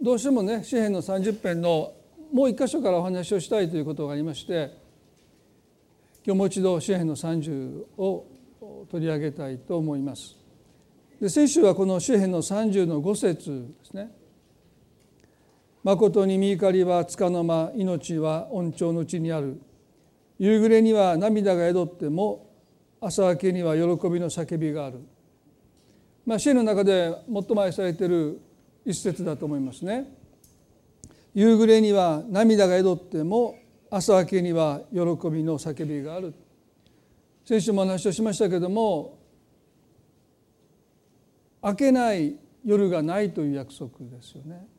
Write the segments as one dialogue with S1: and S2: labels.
S1: どうしてもね詩編の30編のもう一箇所からお話をしたいということがありまして、今日もう一度詩編の30を取り上げたいと思います。で、先週はこの詩編の30の5節ですね。誠に御怒りは束の間、命は恩寵のうちにある。夕暮れには涙が宿っても、朝明けには喜びの叫びがある。詩の中で最も愛されている一節だと思いますね。夕暮れには涙が宿っても、朝明けには喜びの叫びがある。先週もお話をしましたけれども、明けない夜がないという約束ですよね。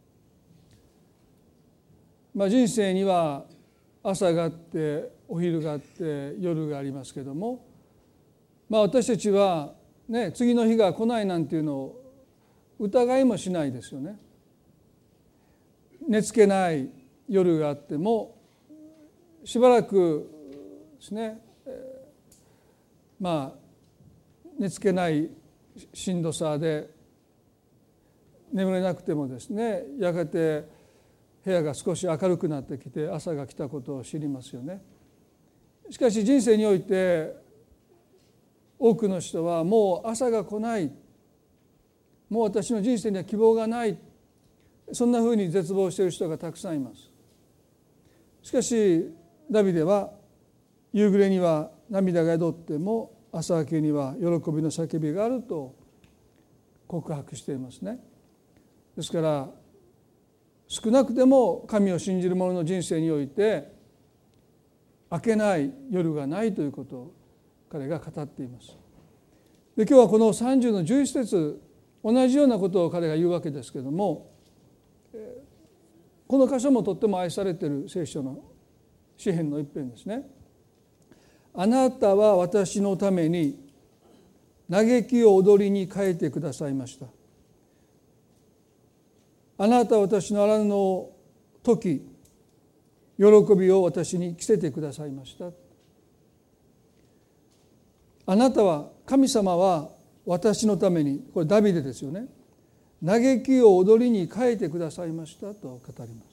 S1: 人生には朝があってお昼があって夜がありますけれども、私たちはね、次の日が来ないなんていうのを疑いもしないですよね。寝つけない夜があってもしばらくですね、寝つけないしんどさで眠れなくてもですね、やがて部屋が少し明るくなってきて朝が来たことを知りますよね。しかし人生において多くの人はもう朝が来ない、もう私の人生には希望がない、そんなふうに絶望している人がたくさんいます。しかしダビデは夕暮れには涙が宿っても朝明けには喜びの叫びがあると告白していますね。ですから少なくても神を信じる者の人生において明けない夜がないということを彼が語っています。で、今日はこの30の11節、同じようなことを彼が言うわけですけれども、この箇所もとっても愛されている聖書の詩編の一編ですね。あなたは私のために嘆きを踊りに変えてくださいました。あなたは私の荒布を解き、喜びを私に着せてくださいました。あなたは、神様は私のために、これダビデですよね、嘆きを踊りに変えてくださいましたと語ります。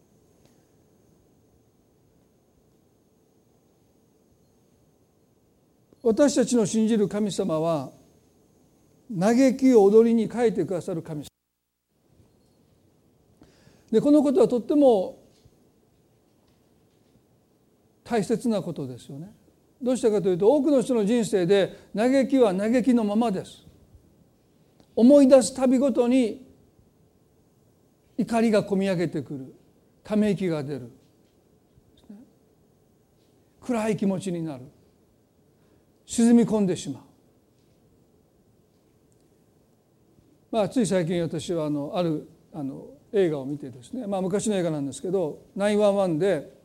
S1: 私たちの信じる神様は嘆きを踊りに変えてくださる神様で、このことはとっても大切なことですよね。どうしてかというと、多くの人の人生で嘆きは嘆きのままです。思い出すたびごとに怒りがこみ上げてくる、ため息が出る、暗い気持ちになる、沈み込んでしまう。つい最近私はある映画を見てですね、昔の映画なんですけど、911で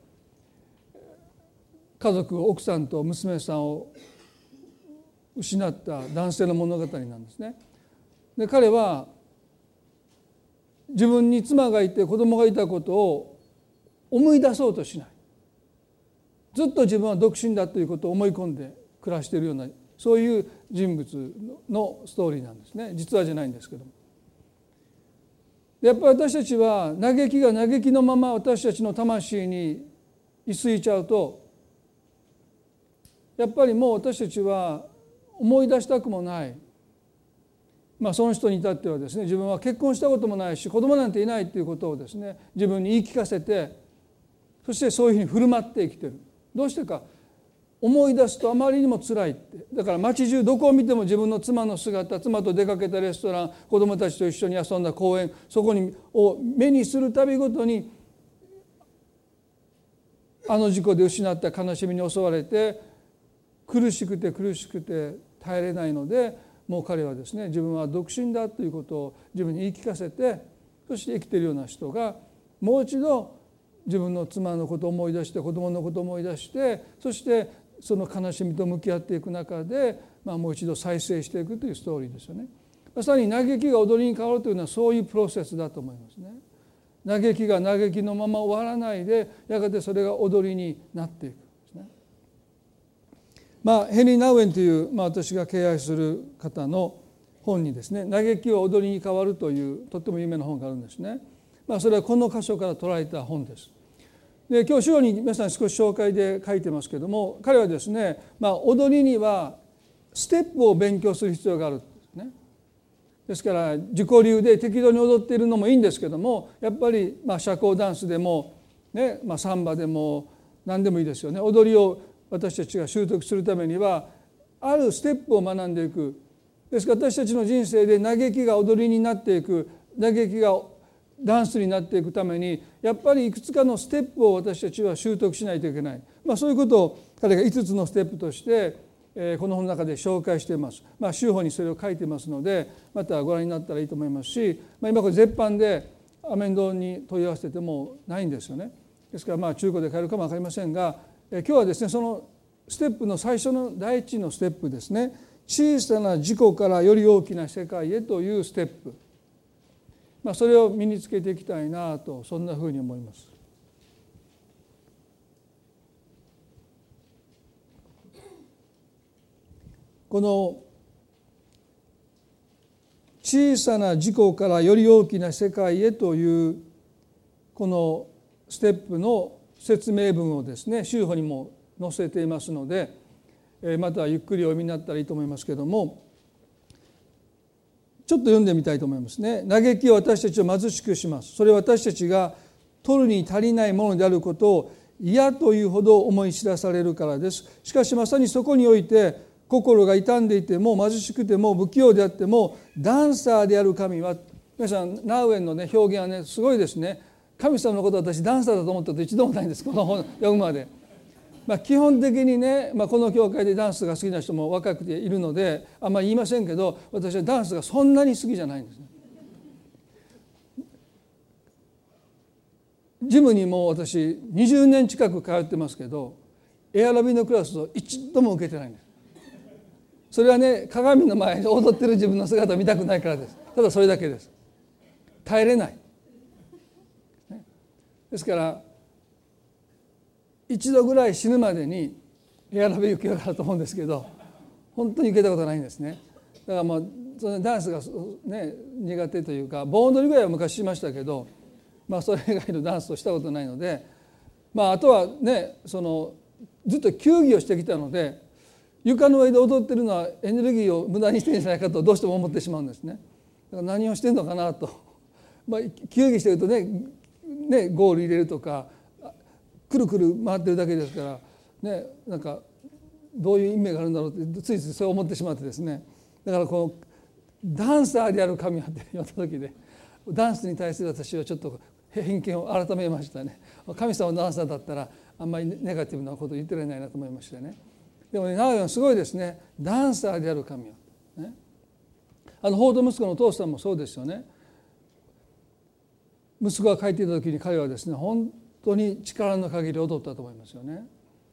S1: 家族、奥さんと娘さんを失った男性の物語なんですね。で、彼は自分に妻がいて子供がいたことを思い出そうとしない、ずっと自分は独身だということを思い込んで暮らしているような、そういう人物のストーリーなんですね。実話じゃないんですけども、やっぱり私たちは嘆きが嘆きのまま私たちの魂に居すいちゃうと、やっぱりもう私たちは思い出したくもない、その人に至ってはですね、自分は結婚したこともないし子供なんていないということをですね、自分に言い聞かせて、そしてそういうふうに振る舞って生きている。どうしてか、思い出すとあまりにも辛いって。だから街中どこを見ても自分の妻の姿、妻と出かけたレストラン、子供たちと一緒に遊んだ公園、そこを目にするたびごとにあの事故で失った悲しみに襲われて、苦しくて耐えれないので、もう彼はですね、自分は独身だということを自分に言い聞かせて、そして生きているような人がもう一度自分の妻のことを思い出して、子供のことを思い出して、そしてその悲しみと向き合っていく中で、もう一度再生していくというストーリーですよね。まさに嘆きが踊りに変わるというのはそういうプロセスだと思いますね。嘆きが嘆きのまま終わらないで、やがてそれが踊りになっていくんですね。ヘンリー・ナウエンという、私が敬愛する方の本にですね、嘆きは踊りに変わるというとっても有名な本があるんですね。それはこの箇所から捉えた本です。で今日資料に皆さん少し紹介で書いてますけども、彼はですね、踊りにはステップを勉強する必要があるんですね。ですから自己流で適当に踊っているのもいいんですけども、やっぱり社交ダンスでも、ね、サンバでも何でもいいですよね。踊りを私たちが習得するためにはあるステップを学んでいく。ですから私たちの人生で嘆きが踊りになっていく、嘆きがダンスになっていくためにやっぱりいくつかのステップを私たちは習得しないといけない。そういうことを彼が5つのステップとしてこの本の中で紹介しています。修法にそれを書いていますので、またご覧になったらいいと思いますし、今これ絶版でアメンドに問い合わせててもないんですよね。ですから中古で買えるかも分かりませんが、今日はですね、そのステップの最初の第一のステップですね、小さな自己からより大きな世界へというステップ、それを身につけていきたいなと、そんなふうに思います。この小さな自己からより大きな世界へというこのステップの説明文をですね、修法にも載せていますので、またゆっくりお読みになったらいいと思いますけれども、ちょっと読んでみたいと思いますね。嘆きは私たちを貧しくします。それは私たちが取るに足りないものであることを嫌というほど思い知らされるからです。しかしまさにそこにおいて心が傷んでいても貧しくても不器用であってもダンサーである神は、皆さんナウエンの、表現はねすごいですね。神様のことを私ダンサーだと思ったこと一度もないんです、この本読むまで。基本的にね、この教会でダンスが好きな人も若くているのであんまり言いませんけど、私はダンスがそんなに好きじゃないんですね。ジムにも私20年近く通ってますけど、エアロビのクラスを一度も受けてないんです。それはね、鏡の前で踊ってる自分の姿を見たくないからです。ただそれだけです。耐えれない、ですから一度ぐらい死ぬまでにエアロビ受けようかと思うんですけど、本当に受けたことないんですね。だからそのダンスが、苦手というか、盆踊りぐらいは昔しましたけど、それ以外のダンスをしたことないので、あとはね、ずっと球技をしてきたので、床の上で踊ってるのはエネルギーを無駄にしてるんじゃないかとどうしても思ってしまうんですね。だから何をしてるのかなと、球技してるとねゴール入れるとかくるくる回ってるだけですからね、なんかどういう意味があるんだろうってついついそう思ってしまってですね。だからこのダンサーである神はって読んだ時で、ダンスに対する私はちょっと偏見を改めましたね。神様のダンサーだったらあんまりネガティブなことを言ってられないなと思いましてね。でもね、ナウヨンすごいですね。ダンサーである神は、ね、法と息子のお父さんもそうですよね。息子が帰っていた時に彼はですね、本当に力の限り踊ったと思いますよね。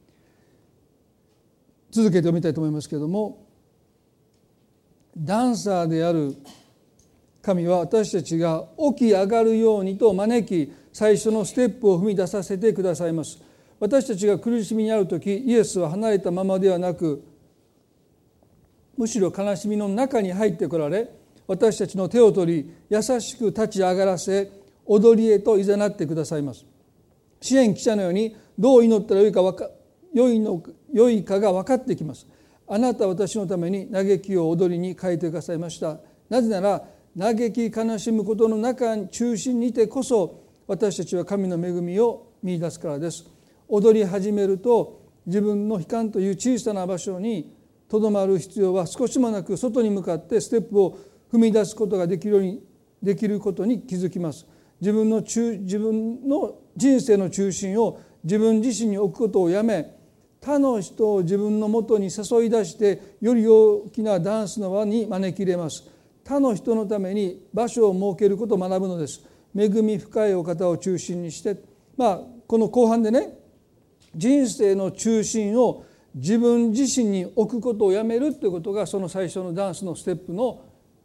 S1: 続けて読みたいと思いますけれども、ダンサーである神は私たちが起き上がるようにと招き、最初のステップを踏み出させてくださいます。私たちが苦しみにあるとき、イエスは離れたままではなく、むしろ悲しみの中に入ってこられ、私たちの手を取り、優しく立ち上がらせ、踊りへと誘ってくださいます。詩篇記者のように、どう祈ったらよいかが分かってきます。あなたは私のために嘆きを踊りに変えてくださいました。なぜなら、嘆き悲しむことの中心にいてこそ、私たちは神の恵みを見出すからです。踊り始めると自分の悲観という小さな場所にとどまる必要は少しもなく、外に向かってステップを踏み出すことができることに気づきます。自分の人生の中心を自分自身に置くことをやめ、他の人を自分のもとに誘い出してより大きなダンスの輪に招き入れます。他の人のために場所を設けることを学ぶのです。恵み深いお方を中心にして、この後半でね、人生の中心を自分自身に置くことをやめるということが、その最初のダンスのステップの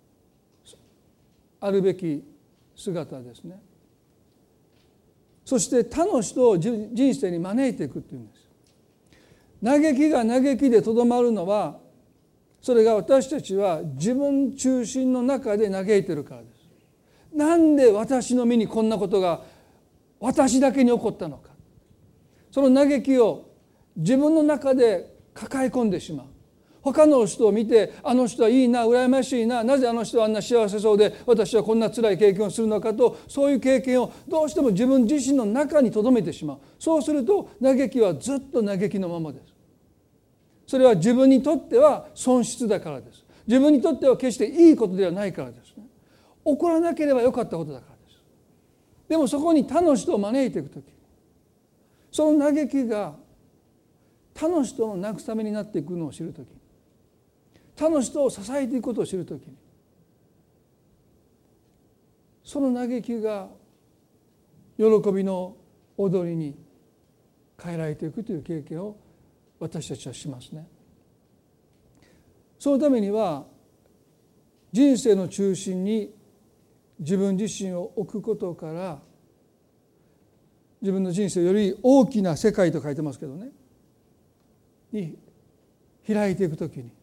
S1: あるべき姿ですね。そして他の人を人生に招いていくっていうんです。嘆きが嘆きでとどまるのはそれが私たちは自分中心の中で嘆いているからです。なんで私の身にこんなことが私だけに起こったのか。その嘆きを自分の中で抱え込んでしまう。他の人を見て、あの人はいいな、羨ましいな、なぜあの人はあんな幸せそうで私はこんな辛い経験をするのかと、そういう経験をどうしても自分自身の中に留めてしまう。そうすると嘆きはずっと嘆きのままです。それは自分にとっては損失だからです。自分にとっては決していいことではないからですね。起こらなければよかったことだからです。でもそこに他の人を招いていくとき、その嘆きが他の人の慰めになっていくのを知るとき、他の人を支えていくことを知るときに、その嘆きが喜びの踊りに変えられていくという経験を私たちはしますね。そのためには人生の中心に自分自身を置くことから、自分の人生より大きな世界と書いてますけどね、に開いていくときに、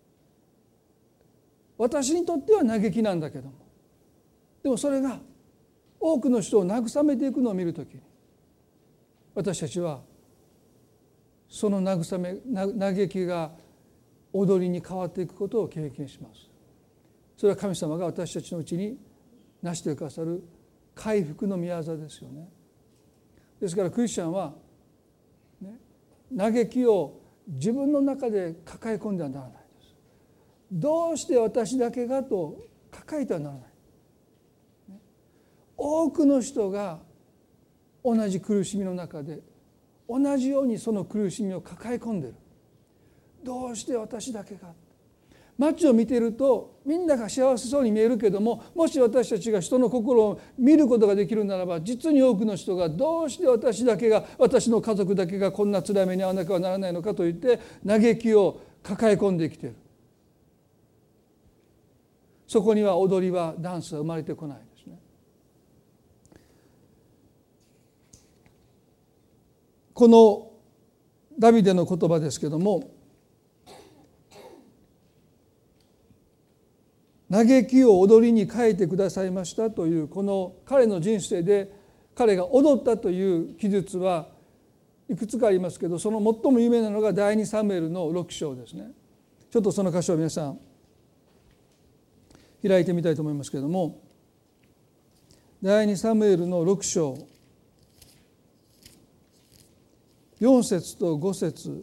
S1: 私にとっては嘆きなんだけども、でもそれが多くの人を慰めていくのを見るときに、私たちはその嘆きが踊りに変わっていくことを経験します。それは神様が私たちのうちになしてくださる回復の御業ですよね。ですからクリスチャンは、嘆きを自分の中で抱え込んではならないです。どうして私だけがと抱えてはならない。多くの人が同じ苦しみの中で同じようにその苦しみを抱え込んでいる。どうして私だけが。街を見ているとみんなが幸せそうに見えるけども、もし私たちが人の心を見ることができるならば、実に多くの人がどうして私だけが、私の家族だけがこんな辛い目に遭わなければならないのかといって嘆きを抱え込んできている。そこには踊りはダンスは生まれてこないですね。このダビデの言葉ですけども、嘆きを踊りに変えてくださいましたという、この彼の人生で彼が踊ったという記述はいくつかありますけど、その最も有名なのが第2サムエルの6章ですね。ちょっとその箇所を皆さん開いてみたいと思いますけれども、第2サムエルの6章4節と5節、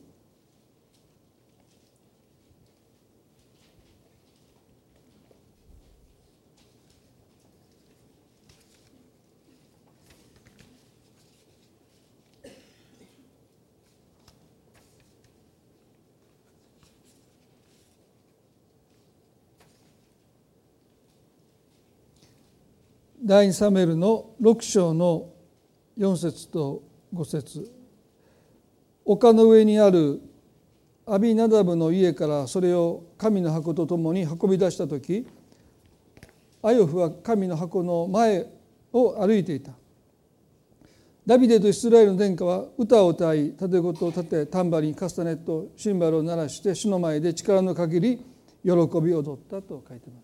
S1: 第2サムエルの6章の4節と5節、丘の上にあるアビナダブの家からそれを神の箱とともに運び出したとき、アヨフは神の箱の前を歩いていた。ダビデとイスラエルの殿下は歌を歌い、盾事を立て、タンバリン、カスタネット、シンバルを鳴らして主の前で力の限り喜び踊ったと書いています。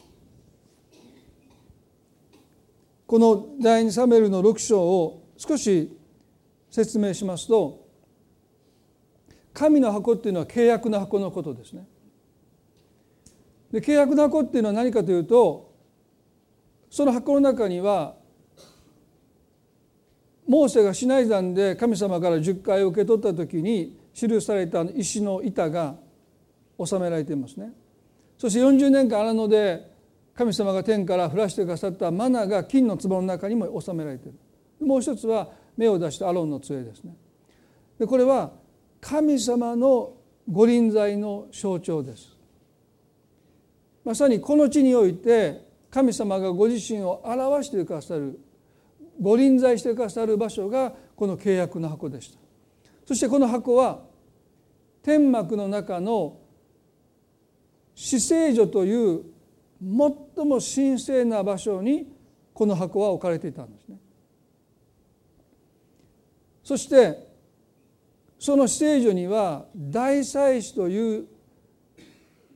S1: この第2サムエルの6章を少し説明しますと、神の箱っていうのは契約の箱のことですね。で、契約の箱っていうのは何かというと、その箱の中にはモーセがシナイ山で神様から十戒を受け取った時に記された石の板が収められていますね。そして40年間荒野で神様が天から降らしてくださったマナが金の壺の中にも収められている。もう一つは芽を出したアロンの杖ですね。で、これは神様の御臨在の象徴です。まさにこの地において神様がご自身を表してくださる、御臨在してくださる場所がこの契約の箱でした。そしてこの箱は天幕の中の至聖所という最も神聖な場所にこの箱は置かれていたんですね。そしてその至聖所には大祭司という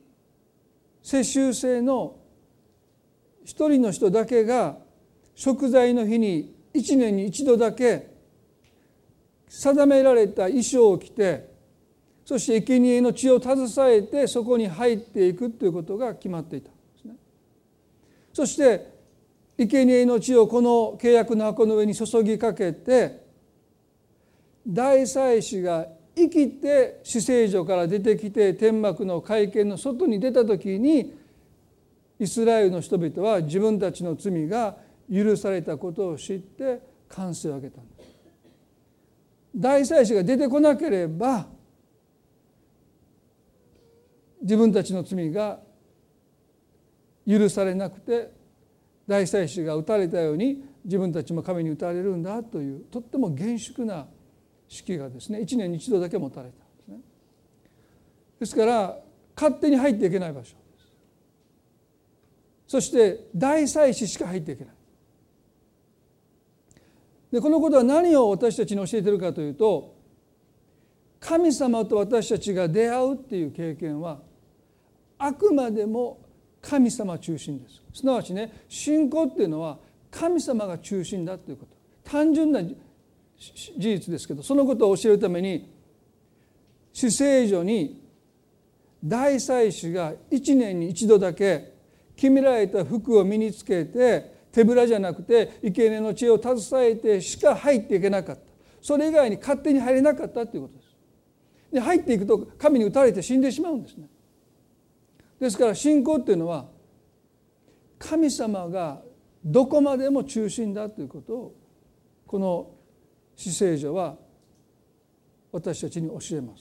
S1: 世襲制の一人の人だけが贖罪の日に1年に一度だけ定められた衣装を着て、そして生贄の血を携えてそこに入っていくということが決まっていたんですね。そして生贄の血をこの契約の箱の上に注ぎかけて、大祭司が生きて至聖所から出てきて天幕の会見の外に出た時に、イスラエルの人々は自分たちの罪が許されたことを知って歓声を上げたんです。大祭司が出てこなければ自分たちの罪が許されなくて、大祭司が打たれたように自分たちも神に打たれるんだという、とっても厳粛な式がですね、1年に一度だけ持たれたんですね。ですから勝手に入っていけない場所です。そして大祭司しか入っていけない。でこのことは何を私たちに教えているかというと、神様と私たちが出会うっていう経験はあくまでも神様中心です。すなわちね、信仰っていうのは神様が中心だということ、単純な事実ですけど、そのことを教えるために至聖所に大祭司が1年に一度だけ決められた服を身につけて、手ぶらじゃなくて生贄の血を携えてしか入っていけなかった。それ以外に勝手に入れなかったということです。で入っていくと神に打たれて死んでしまうんですね。ですから信仰っていうのは神様がどこまでも中心だということを、この至聖所は私たちに教えます。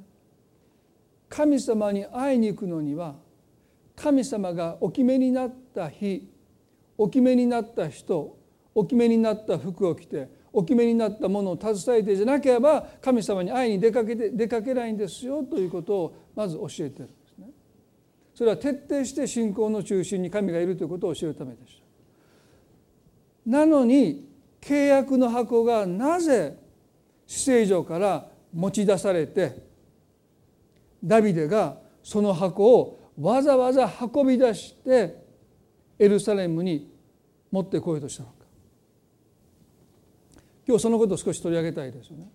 S1: 神様に会いに行くのには、神様がお決めになった日、お決めになった人、お決めになった服を着て、お決めになったものを携えてじゃなければ神様に会いに出かけないんですよということをまず教えているんですね。それは徹底して信仰の中心に神がいるということを教えるためでした。なのに契約の箱がなぜ至聖所から持ち出されて、ダビデがその箱をわざわざ運び出してエルサレムに持ってこようとしたのか。今日そのことを少し取り上げたいですよね。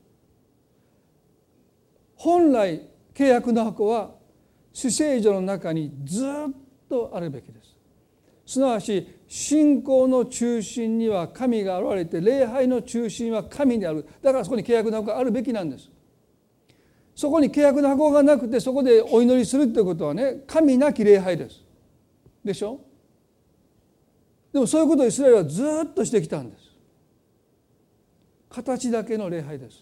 S1: 本来契約の箱は至聖所の中にずっとあるべきです。すなわち信仰の中心には神が現れて、礼拝の中心は神である。だからそこに契約の箱があるべきなんです。そこに契約の箱がなくてそこでお祈りするということはね、神なき礼拝です。でしょ。でもそういうことをイスラエルはずっとしてきたんです。形だけの礼拝です。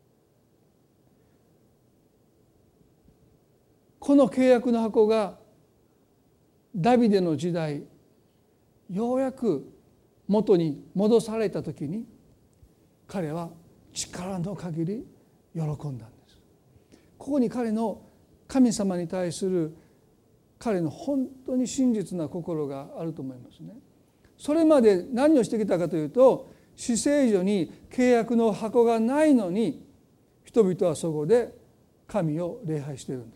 S1: この契約の箱がダビデの時代、ようやく元に戻された時に、彼は力の限り喜んだんです。ここに彼の神様に対する彼の本当に真実な心があると思いますね。それまで何をしてきたかというと、至聖所に契約の箱がないのに人々はそこで神を礼拝しているんです。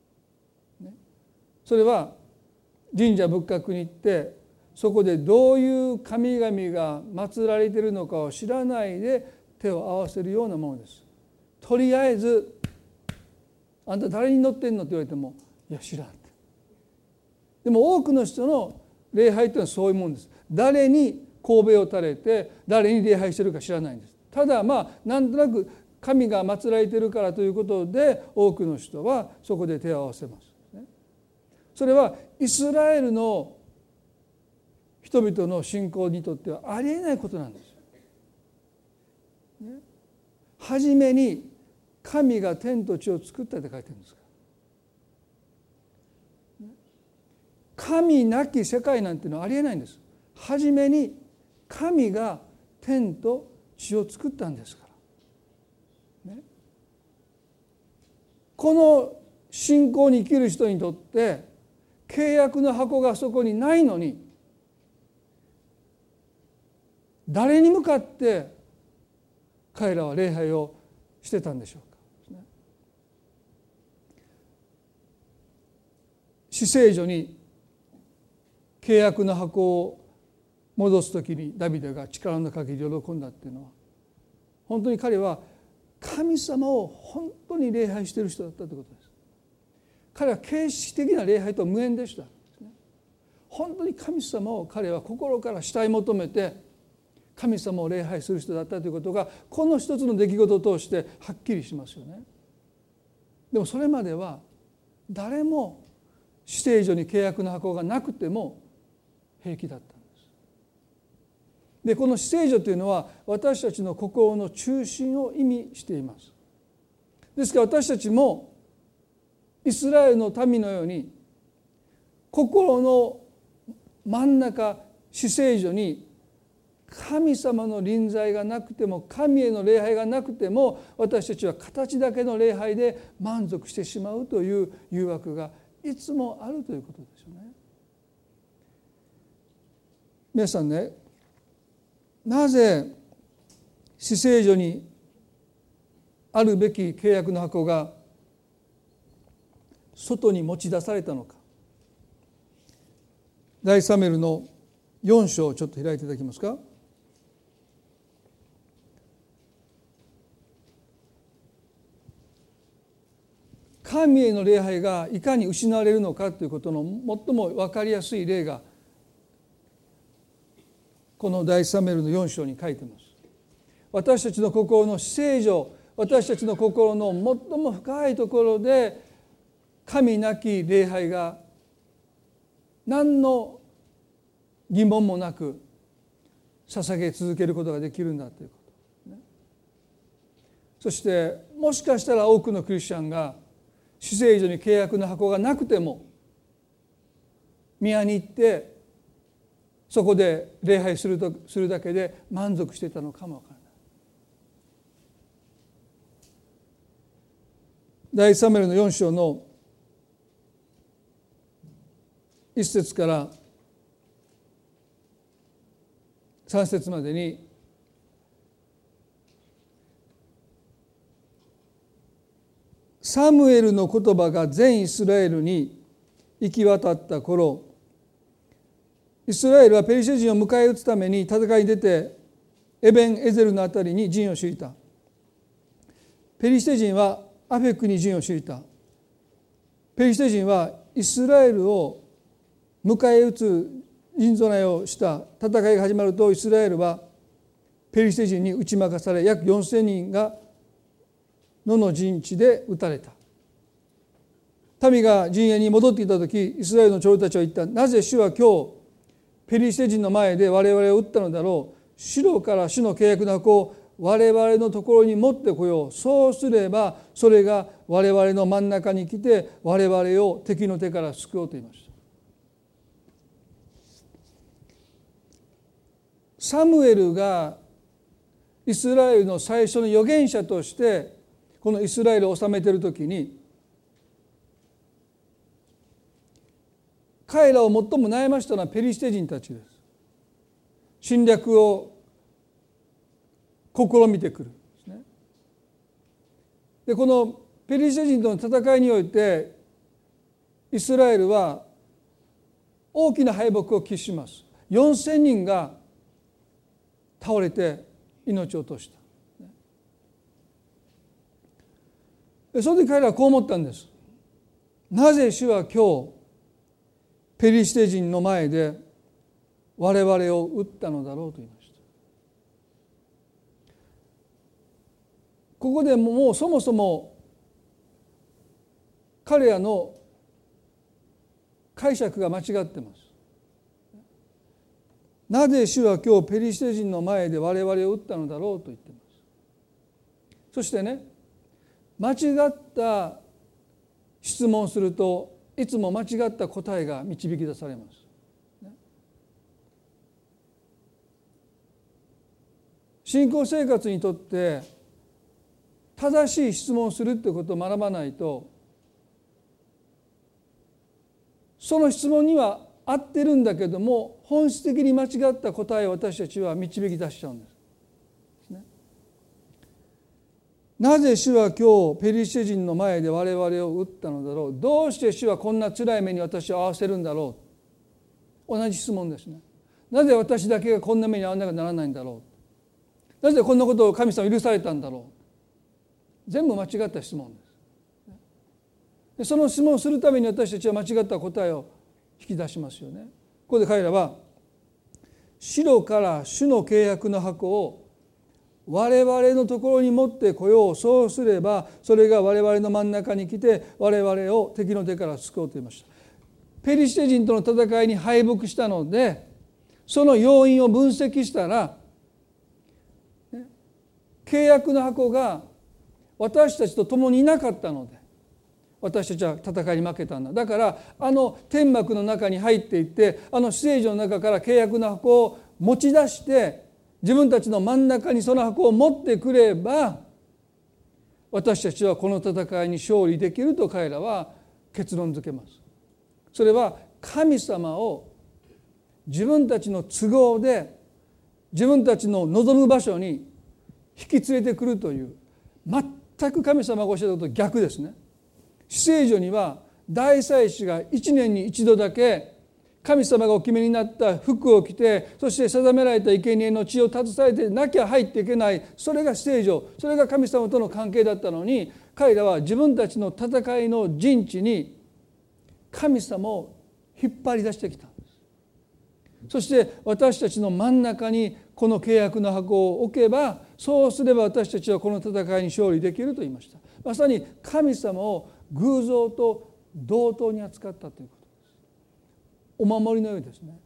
S1: それは神社仏閣に行ってそこでどういう神々が祀られているのかを知らないで手を合わせるようなものです。とりあえずあんた誰に乗ってんのって言われても、いや知らんって。でも多くの人の礼拝というのはそういうもんです。誰に頭を垂れて誰に礼拝しているか知らないんです。ただなんとなく神が祀られているからということで多くの人はそこで手を合わせます。それはイスラエルの人々の信仰にとってはありえないことなんです。はじめに神が天と地を作ったって書いてるんですから。神なき世界なんていうのはありえないんです。はじめに神が天と地を作ったんですから、ね、この信仰に生きる人にとって契約の箱がそこにないのに、誰に向かって彼らは礼拝をしてたんでしょうか。 至聖所に契約の箱を戻すときにダビデが力の限り喜んだっていうのは、本当に彼は神様を本当に礼拝している人だったということです。彼は形式的な礼拝と無縁でした。本当に神様を彼は心から慕い求めて神様を礼拝する人だったということが、この一つの出来事を通してはっきりしますよね。でもそれまでは誰も至聖所に契約の箱がなくても平気だったんです。でこの至聖所というのは私たちの心の中心を意味しています。ですから私たちもイスラエルの民のように心の真ん中至聖所に神様の臨在がなくても、神への礼拝がなくても、私たちは形だけの礼拝で満足してしまうという誘惑がいつもあるということですよね。皆さんね、なぜ至聖所にあるべき契約の箱が外に持ち出されたのか。第サムエルの4章をちょっと開いていただけますか。神への礼拝がいかに失われるのかということの最も分かりやすい例がこの第サムエルの4章に書いています。私たちの心の至聖所、私たちの心の最も深いところで神なき礼拝が何の疑問もなく捧げ続けることができるんだということ、ね、そしてもしかしたら多くのクリスチャンが至聖所に契約の箱がなくても宮に行ってそこで礼拝するだけで満足していたのかもわからない。第サムエルの4章の1節から3節までに、サムエルの言葉が全イスラエルに行き渡った頃、イスラエルはペリシテ人を迎え撃つために戦いに出てエベンエゼルのあたりに陣を敷いた。ペリシテ人はアフェクに陣を敷いた。ペリシテ人はイスラエルを迎え撃つ陣備えをした。戦いが始まるとイスラエルはペリシテ人に打ち負かされ、約4000人が野の陣地で撃たれた。民が陣営に戻ってきたとき、イスラエルの長老たちは言った。なぜ主は今日ペリシテ人の前で我々を撃ったのだろう。シロから主の契約の箱を我々のところに持ってこよう。そうすればそれが我々の真ん中に来て我々を敵の手から救おうと言いました。サムエルがイスラエルの最初の預言者としてこのイスラエルを治めているときに、彼らを最も悩ましたのはペリシテ人たちです。侵略を試みてくるんですね。でこのペリシテ人との戦いにおいてイスラエルは大きな敗北を喫します。4000人が倒れて命を落とした。でその時彼らはこう思ったんです。なぜ主は今日ペリシテ人の前で我々を撃ったのだろうと言いました。ここでもうそもそも彼らの解釈が間違ってます。なぜ主は今日ペリシテ人の前で我々を撃ったのだろうと言っています。そしてね、間違った質問をするといつも間違った答えが導き出されます。信仰生活にとって正しい質問をするということを学ばないと、その質問には合ってるんだけども本質的に間違った答えを私たちは導き出しちゃうんです。 なぜ主は今日ペリシテ人の前で我々を撃ったのだろう。どうして主はこんな辛い目に私を合わせるんだろう。同じ質問ですね。なぜ私だけがこんな目に遭わなきゃならないんだろう。なぜこんなことを神様は許されたんだろう。全部間違った質問です。でその質問をするために私たちは間違った答えを引き出しますよね。ここで彼らはシロから主の契約の箱を我々のところに持ってこよう。そうすればそれが我々の真ん中に来て我々を敵の手から救おうと言いました。ペリシテ人との戦いに敗北したので、その要因を分析したら、契約の箱が私たちと共にいなかったので私たちは戦いに負けたんだ。だから天幕の中に入っていって死聖所の中から契約の箱を持ち出して自分たちの真ん中にその箱を持ってくれば私たちはこの戦いに勝利できると彼らは結論付けます。それは神様を自分たちの都合で自分たちの望む場所に引き連れてくるという全く神様がおっしゃったことと逆ですね。死聖所には大祭司が1年に1度だけ神様がお決めになった服を着て、そして定められた生贄の血を携えてなきゃ入っていけない、それが死聖所、それが神様との関係だったのに、彼らは自分たちの戦いの陣地に神様を引っ張り出してきたんです。そして私たちの真ん中にこの契約の箱を置けば、そうすれば私たちはこの戦いに勝利できると言いました。まさに神様を偶像と同等に扱ったということです。お守りのようですね。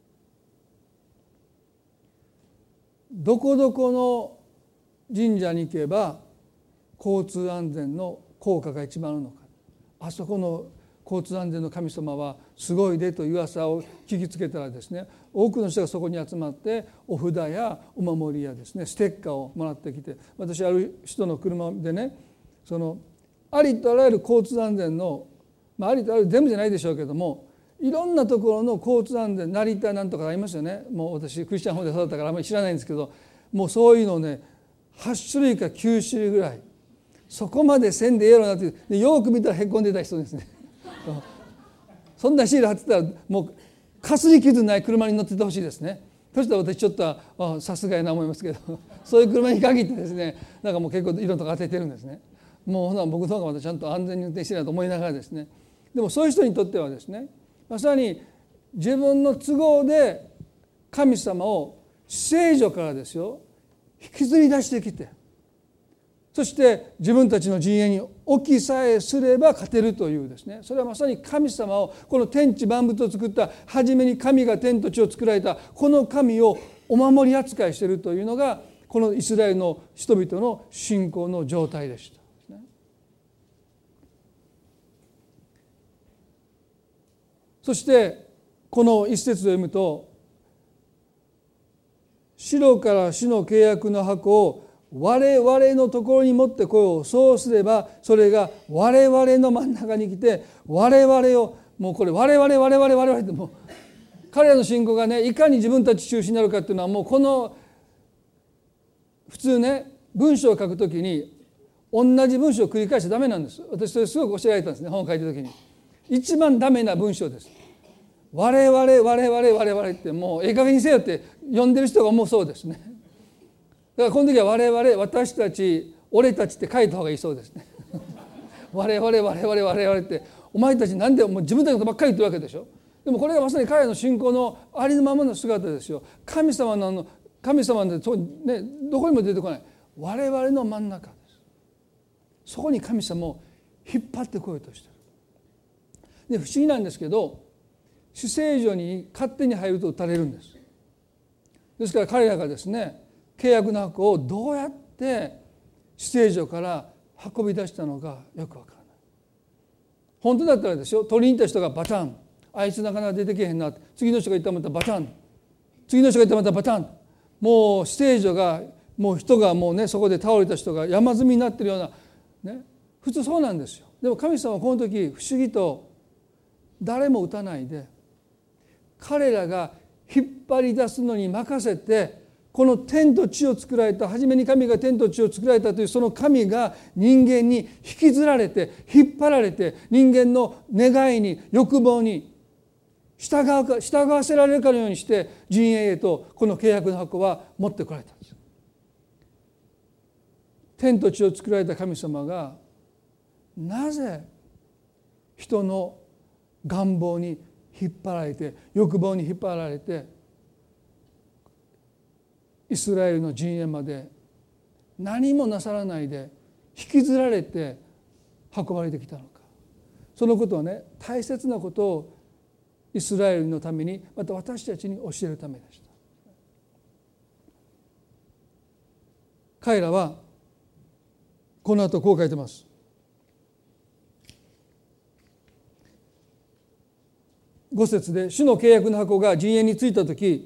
S1: どこどこの神社に行けば交通安全の効果が一番あるのか、あそこの交通安全の神様はすごいでという噂を聞きつけたらですね、多くの人がそこに集まってお札やお守りやですねステッカーをもらってきて、私ある人の車でね、そのありとあらゆる交通安全の、ありとあらゆる全部じゃないでしょうけども、いろんなところの交通安全、成田なんとかありますよね。もう私クリスチャン法で育ったからあんまり知らないんですけど、もうそういうのをね8種類か9種類ぐらい、そこまでせんでええやろなって、でよく見たらへこんでた人ですねそんなシール貼ってたらもうかすり傷ない車に乗っててほしいですね。そしたら私ちょっとさすがやな思いますけどそういう車に限ってですね、なんかもう結構色とか当ててるんですね。もうほな僕の方がまたちゃんと安全に運転してないと思いながらですね、でもそういう人にとってはですね、まさに自分の都合で神様を死聖所からですよ引きずり出してきて、そして自分たちの陣営に置きさえすれば勝てるというですね、それはまさに神様を、この天地万物を作った初めに神が天と地を作られたこの神をお守り扱いしているというのがこのイスラエルの人々の信仰の状態でした。そしてこの一節を読むと、シロから主の契約の箱を我々のところに持ってこよう。そうすればそれが我々の真ん中に来て我々を、もうこれ我々って、もう彼らの信仰がねいかに自分たち中心になるかっていうのは、もうこの普通ね文章を書くときに同じ文章を繰り返しちゃダメなんです。私それすごく教えられたんですね、本を書いたときに。一番ダメな文章です。我々ってもうええ加減にせよって読んでる人がもうそうですね。だからこの時は我々、私たち、俺たちって書いた方がいいそうですね我々ってお前たちなんでもう自分たちのことばっかり言ってるわけでしょ。でもこれがまさに彼らの信仰のありのままの姿ですよ。神様でね、どこにも出てこない我々の真ん中です。そこに神様を引っ張ってこようとしている。で不思議なんですけど、死聖所に勝手に入ると撃たれるんです。ですから彼らがですね契約の箱をどうやって死聖所から運び出したのかよくわからない。本当だったらですよ、取りに行った人がバタン、あいつなかなか出てけへんな、次の人が行ったらまたバタン、次の人が行ったらまたバタン、もう死聖所がもう人がもうねそこで倒れた人が山積みになってるようなね、普通そうなんですよ。でも神様はこの時不思議と誰も撃たないで、彼らが引っ張り出すのに任せてこの天と地を作られた、初めに神が天と地を作られたというその神が人間に引きずられて引っ張られて、人間の願いに欲望に従わせられるかのようにして陣営へとこの契約の箱は持ってこられたんです。天と地を作られた神様がなぜ人の願望に引っ張られて、欲望に引っ張られてイスラエルの陣営まで何もなさらないで引きずられて運ばれてきたのか。そのことはね、大切なことをイスラエルのために、また私たちに教えるためでした。彼らはこの後こう書いてます。5節で、主の契約の箱が陣営に着いたとき、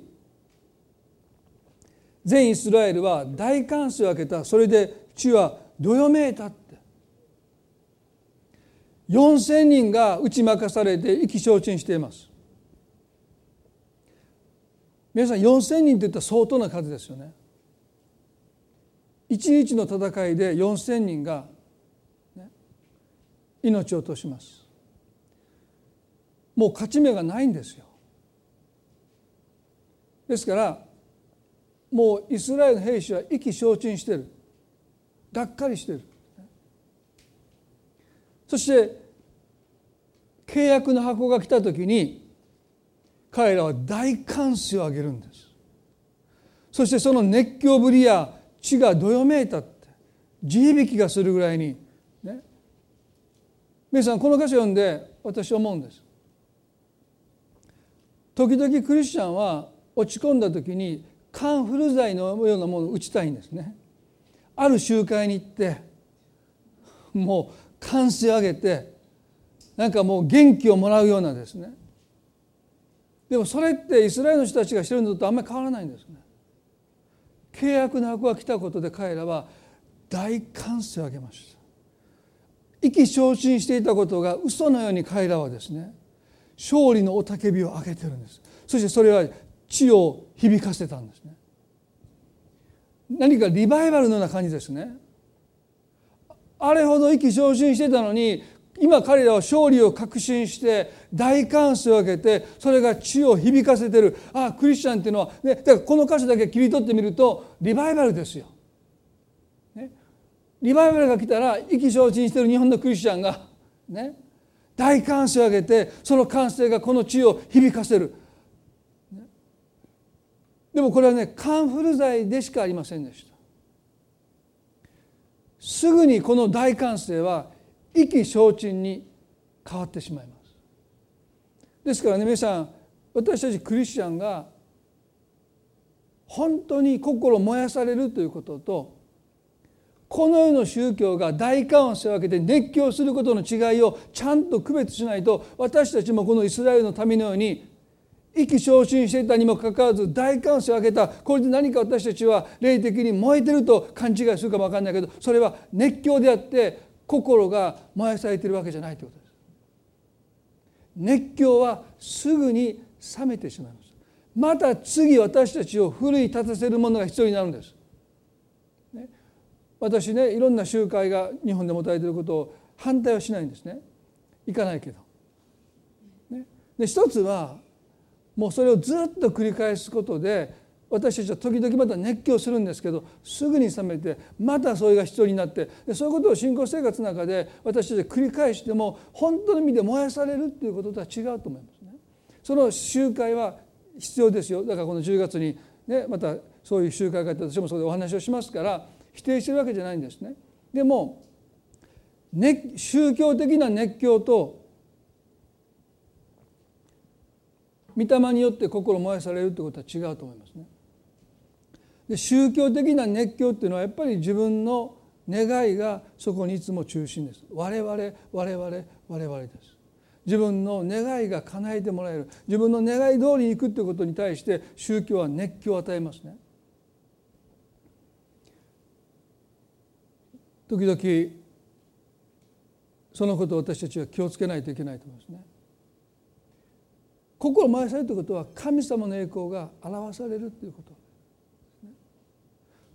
S1: 全イスラエルは大歓声を上げた。それで地はどよめいたって。4000人が打ち負かされて意気消沈しています。皆さん、4000人って言ったら相当な数ですよね。一日の戦いで4000人が、ね、命を落とします。もう勝ち目がないんですよ。ですからもうイスラエルの兵士は意気消沈している、がっかりしている。そして契約の箱が来た時に彼らは大歓声を上げるんです。そしてその熱狂ぶりや地がどよめいたって、地響きがするぐらいにね。皆さん、この箇所を読んで私は思うんです。時々クリスチャンは落ち込んだ時にカンフル剤のようなものを打ちたいんですね。ある集会に行ってもう歓声を上げて、なんかもう元気をもらうようなですね。でもそれってイスラエルの人たちがしてるのとあんまり変わらないんですね。契約の箱が来たことで彼らは大歓声を上げました。意気消沈していたことが嘘のように彼らはですね、勝利の雄たけびを上げてるんです。そしてそれは地を響かせたんですね。何かリバイバルのような感じですね。あれほど意気消沈してたのに、今彼らは勝利を確信して大歓声を上げて、それが地を響かせてる。ああ、クリスチャンっていうのは、ね、だからこの箇所だけ切り取ってみるとリバイバルですよ、ね、リバイバルが来たら意気消沈している日本のクリスチャンが、ね、大歓声を上げて、その歓声がこの地を響かせる。でもこれはね、カンフル剤でしかありませんでした。すぐにこの大歓声は意気消沈に変わってしまいます。ですからね、皆さん、私たちクリスチャンが本当に心燃やされるということと、この世の宗教が大歓声を上げて熱狂することの違いをちゃんと区別しないと、私たちもこのイスラエルの民のように意気消沈していたにもかかわらず大歓声を上げた。これで何か私たちは霊的に燃えてると勘違いするかも分かんないけど、それは熱狂であって心が燃やされているわけじゃないということです。熱狂はすぐに冷めてしまいます。また次私たちを奮い立たせるものが必要になるんです。私ね、いろんな集会が日本で持たれていることを反対はしないんですね。行かないけど。で、一つはもうそれをずっと繰り返すことで、私たちは時々また熱狂するんですけど、すぐに冷めてまたそれが必要になって、でそういうことを信仰生活の中で私たち繰り返しても本当の意味で燃やされるということとは違うと思いますね。その集会は必要ですよ。だからこの10月にね、またそういう集会があって、私もそこでお話をしますから否定してるわけじゃないんですね。でも、宗教的な熱狂と御霊によって心燃やされるということは違うと思いますね。で、宗教的な熱狂っていうのはやっぱり自分の願いがそこにいつも中心です。我々です。自分の願いが叶えてもらえる、自分の願い通りにいくということに対して宗教は熱狂を与えますね。時々そのことを私たちは気をつけないといけないと思いますね。心燃やされるということは神様の栄光が表されるということ。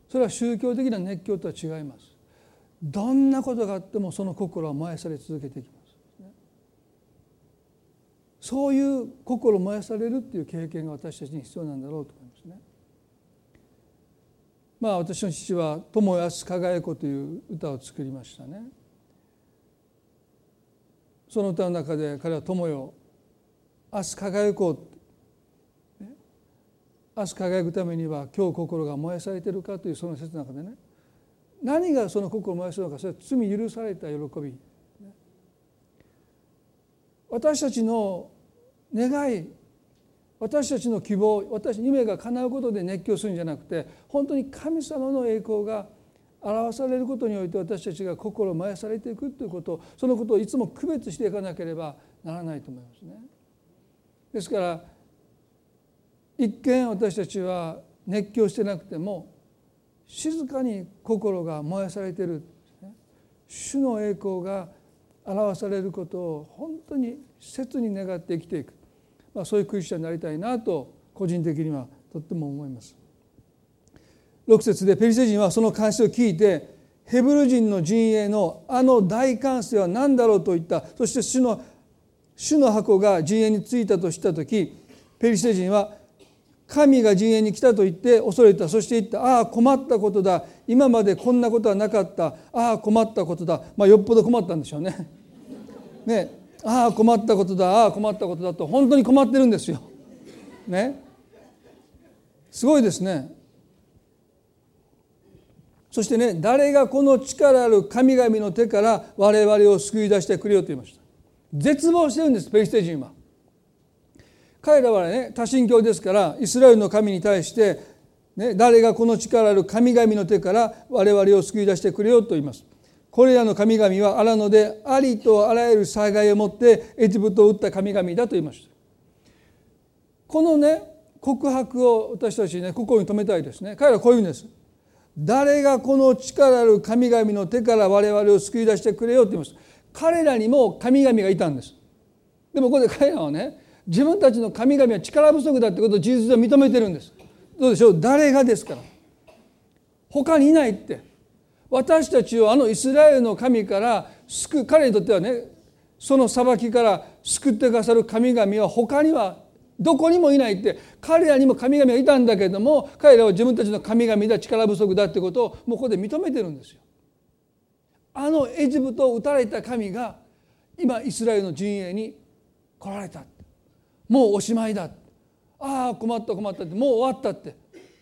S1: それは宗教的な熱狂とは違います。どんなことがあってもその心は燃やされ続けていきます。そういう心を燃やされるっていう経験が私たちに必要なんだろうと思いますね。私の父は「友よ明日輝こう」という歌を作りましたね。その歌の中で彼は「友よ明日輝こう」明日輝くためには今日心が燃やされているかというその説の中でね、何がその心を燃やすのか、それは罪許された喜び。私たちの願い、私たちの希望、私の夢が叶うことで熱狂するんじゃなくて、本当に神様の栄光が表されることにおいて私たちが心を燃やされていくということ、そのことをいつも区別していかなければならないと思いますね。ですから一見私たちは熱狂してなくても静かに心が燃やされている、主の栄光が表されることを本当に切に願って生きていく、そういうクリスチャンになりたいなと個人的にはとっても思います。6節でペリシテ人はその喚しを聞いて、ヘブル人の陣営のあの大歓声は何だろうと言った。そして主の箱が陣営に着いたとしたとき、ペリシテ人は神が陣営に来たと言って恐れた。そして言った。ああ困ったことだ。今までこんなことはなかった。ああ困ったことだ。よっぽど困ったんでしょうね。ね、ああ困ったことだ。ああ困ったことだと本当に困ってるんですよ。ね、すごいですね。そしてね、誰がこの力ある神々の手から我々を救い出してくれよと言いました。絶望してるんです、ペリシテ人は。彼らはね、多神教ですから、イスラエルの神に対して、誰がこの力ある神々の手から我々を救い出してくれようと言います。これらの神々は荒野でありとあらゆる災害をもってエジプトを打った神々だと言いました。このね、告白を私たちね、心に留めたいですね。彼らはこう言うんです。誰がこの力ある神々の手から我々を救い出してくれようと言います。彼らにも神々がいたんです。でもここで彼らはね、自分たちの神々は力不足だってことを事実上認めてるんです。どうでしょう。誰がですから。他にいないって。私たちをあのイスラエルの神から救う、彼にとってはね、その裁きから救ってくださる神々は他にはどこにもいないって。彼らにも神々がいたんだけれども、彼らは自分たちの神々では力不足だってことをもうここで認めてるんですよ。あのエジプトを打たれた神が今イスラエルの陣営に来られた。もうおしまいだ。ああ困った困ったって、もう終わったって。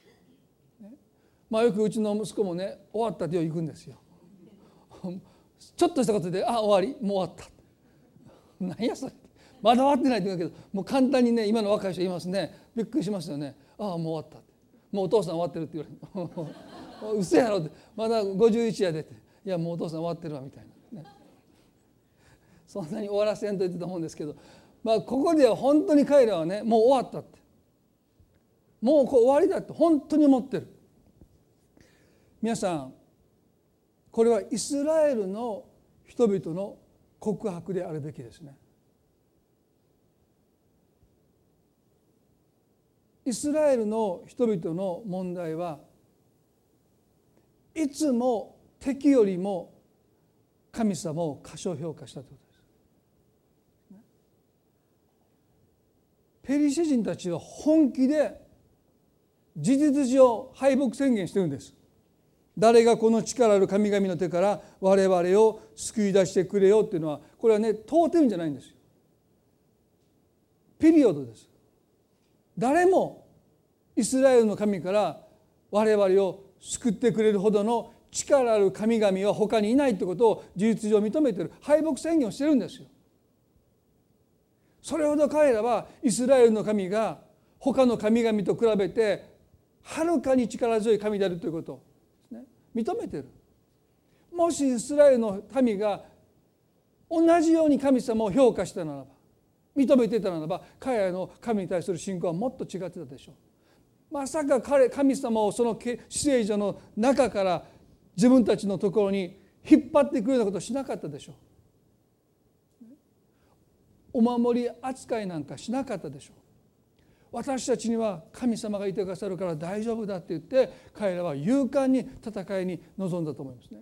S1: よくうちの息子もね、終わったって行くんですよ。ちょっとしたことで終わり、もう終わった。何やそれ。まだ終わってないって言うけど、もう簡単にね、今の若い人言いますね。びっくりしますよね。もう終わったって。もうお父さん終わってるって言われる。嘘やろって。まだ51やでって。いやもうお父さん終わってるわみたいな、ね。そんなに終わらせんと言ってたもんですけど、ここでは本当に彼らはね、もう終わったって、もう終わりだって本当に思ってる。皆さん、これはイスラエルの人々の告白であるべきですね。イスラエルの人々の問題はいつも敵よりも神様を過小評価したということです。ペリシテ人たちは本気で事実上敗北宣言してるんです。誰がこの力ある神々の手から我々を救い出してくれよっていうのは、これはね、問うてるんじゃないんですよ。ピリオドです。誰もイスラエルの神から我々を救ってくれるほどの力ある神々は他にいないってことを事実上認めている、敗北宣言をしてるんですよ。それほど彼らはイスラエルの神が他の神々と比べてはるかに力強い神であるということをですね、認めている。もしイスラエルの民が同じように神様を評価したならば、認めていたならば、彼らの神に対する信仰はもっと違ってたでしょう。まさか神様をその至聖所の中から自分たちのところに引っ張ってくるようなことをしなかったでしょう。お守り扱いなんかしなかったでしょう。 私たちには神様がいてくださるから大丈夫だって言って彼らは勇敢に戦いに臨んだと思いますね。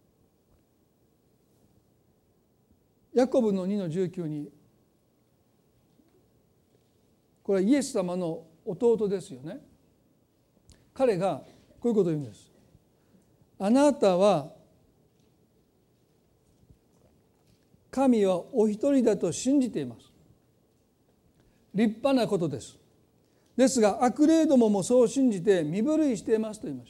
S1: ヤコブの2の19に、これはイエス様の弟ですよね。彼がこういうことを言うんです。あなたは神はお一人だと信じています。立派なことです。ですが悪霊どももそう信じて身震いしていますと言いました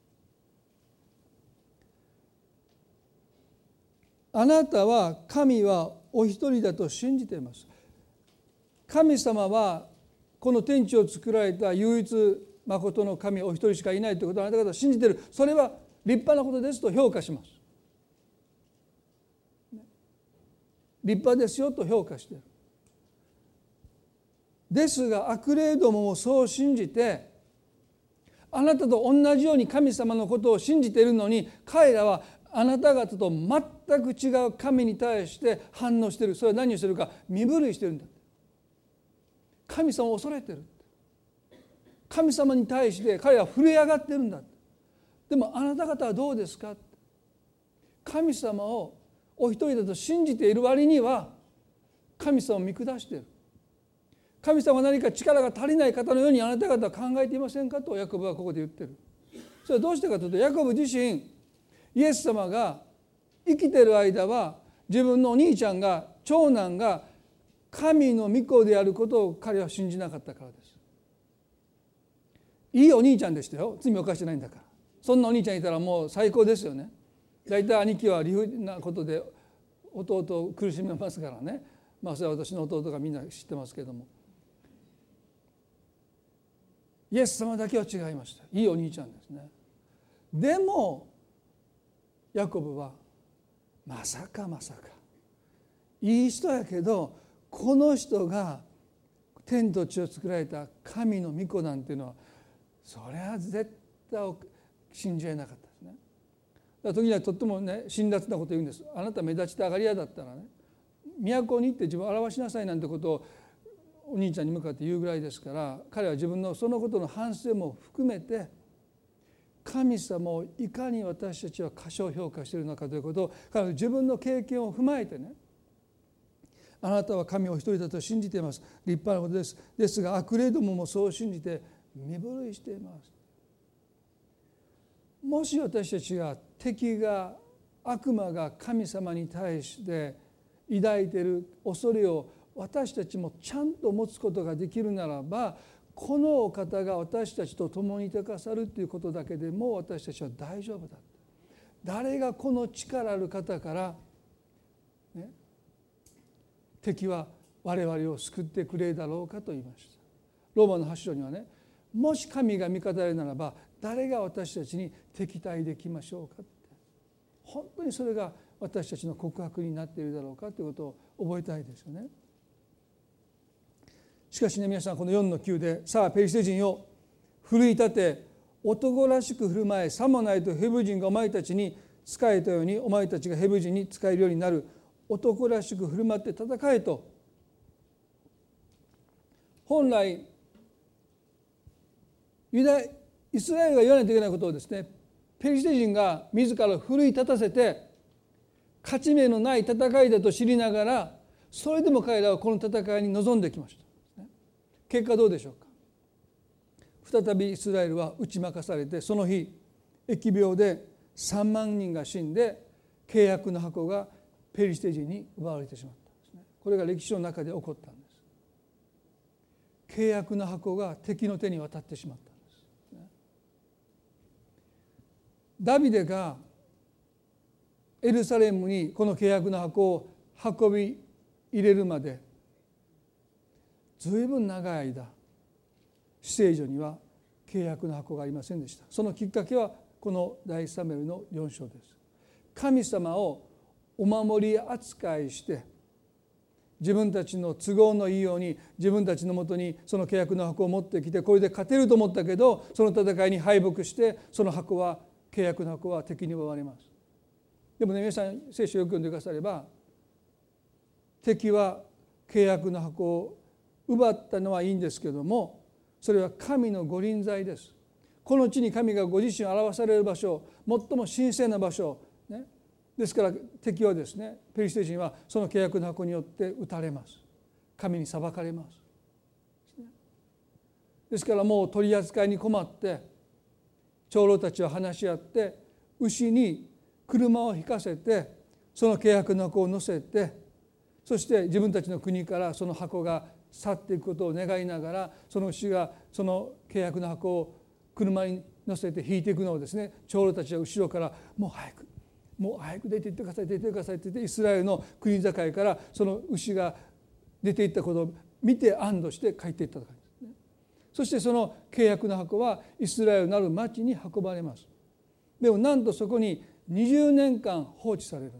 S1: 。あなたは神はお一人だと信じています。神様はこの天地を作られた唯一誠の神お一人しかいないということをあなた方は信じている。それは立派なことですと評価します。立派ですよと評価している。ですが悪霊どももそう信じて、あなたと同じように神様のことを信じているのに、彼らはあなた方と全く違う神に対して反応している。それは何をしているか、身震いしているんだ。神様を恐れている。神様に対して彼は震え上がっているんだ。でもあなた方はどうですか。神様をお一人だと信じている割には神様を見下している。神様が何か力が足りない方のようにあなた方は考えていませんかとヤコブはここで言っている。それはどうしてかというと、ヤコブ自身イエス様が生きている間は自分のお兄ちゃんが長男が神の御子であることを彼は信じなかったからです。いいお兄ちゃんでしたよ。罪を犯してないんだから。そんなお兄ちゃんいたらもう最高ですよね。だいたい兄貴は理不尽なことで弟を苦しめますからね。それは私の弟がみんな知ってますけども、イエス様だけは違いました。いいお兄ちゃんですね。でもヤコブはまさかいい人やけど、この人が天と地を作られた神の御子なんていうのは、それは絶対信じられなかったですね。だから時にはとってもね、辛辣なことを言うんです。あなた目立ちたがり屋だったらね、都に行って自分を表しなさいなんてことをお兄ちゃんに向かって言うぐらいですから、彼は自分のそのことの反省も含めて、神様をいかに私たちは過小評価しているのかということを彼は自分の経験を踏まえてね、あなたは神を一人だと信じています。立派なことです。ですが悪霊どももそう信じて身震いしています。もし私たちが敵が悪魔が神様に対して抱いている恐れを私たちもちゃんと持つことができるならば、このお方が私たちと共にいてくださるということだけでも私たちは大丈夫だ。誰がこの力ある方から、ね、敵は我々を救ってくれるだろうかと言いました。ローマの8章にはね、もし神が味方であるならば誰が私たちに敵対できましょうかって、本当にそれが私たちの告白になっているだろうかということを覚えたいですよね。しかしね、皆さん、この4の9で、さあペリシテ人を奮い立て男らしく振る舞え、さもないとヘブ人がお前たちに仕えたようにお前たちがヘブ人に仕えるようになる。男らしく振る舞って戦えと。本来イスラエルが言わないといけないことをですね、ペリシテ人が自ら奮い立たせて勝ち目のない戦いだと知りながら、それでも彼らはこの戦いに臨んできました。結果どうでしょうか。再びイスラエルは打ち負かされて、その日疫病で3万人が死んで、契約の箱がペリシテ人に奪われてしまったんですね。これが歴史の中で起こったんです。契約の箱が敵の手に渡ってしまったんです。ダビデがエルサレムにこの契約の箱を運び入れるまでずいぶん長い間、至聖所には契約の箱がありませんでした。そのきっかけはこの第一サムエルの4章です。神様をお守り扱いして自分たちの都合のいいように自分たちのもとにその契約の箱を持ってきて、これで勝てると思ったけど、その戦いに敗北して、その箱は契約の箱は敵に奪われます。でもね、皆さん聖書をよく読んでくだされば、敵は契約の箱を奪ったのはいいんですけども、 それは神の御臨在です。この地に神がご自身を表される場所、最も神聖な場所、ね、ですから敵はですね、ペリシテ人はその契約の箱によって撃たれます。神に裁かれます。ですからもう取り扱いに困って長老たちは話し合って牛に車を引かせてその契約の箱を乗せて、そして自分たちの国からその箱が去っていくことを願いながら、その牛がその契約の箱を車に乗せて引いていくのをですね、長老たちは後ろからもう早く出て行ってください、出て行ってくださいって言って、イスラエルの国境からその牛が出て行ったことを見て安堵して帰っていったとかですね。そしてその契約の箱はイスラエルなる町に運ばれます。でもなんとそこに20年間放置されるんです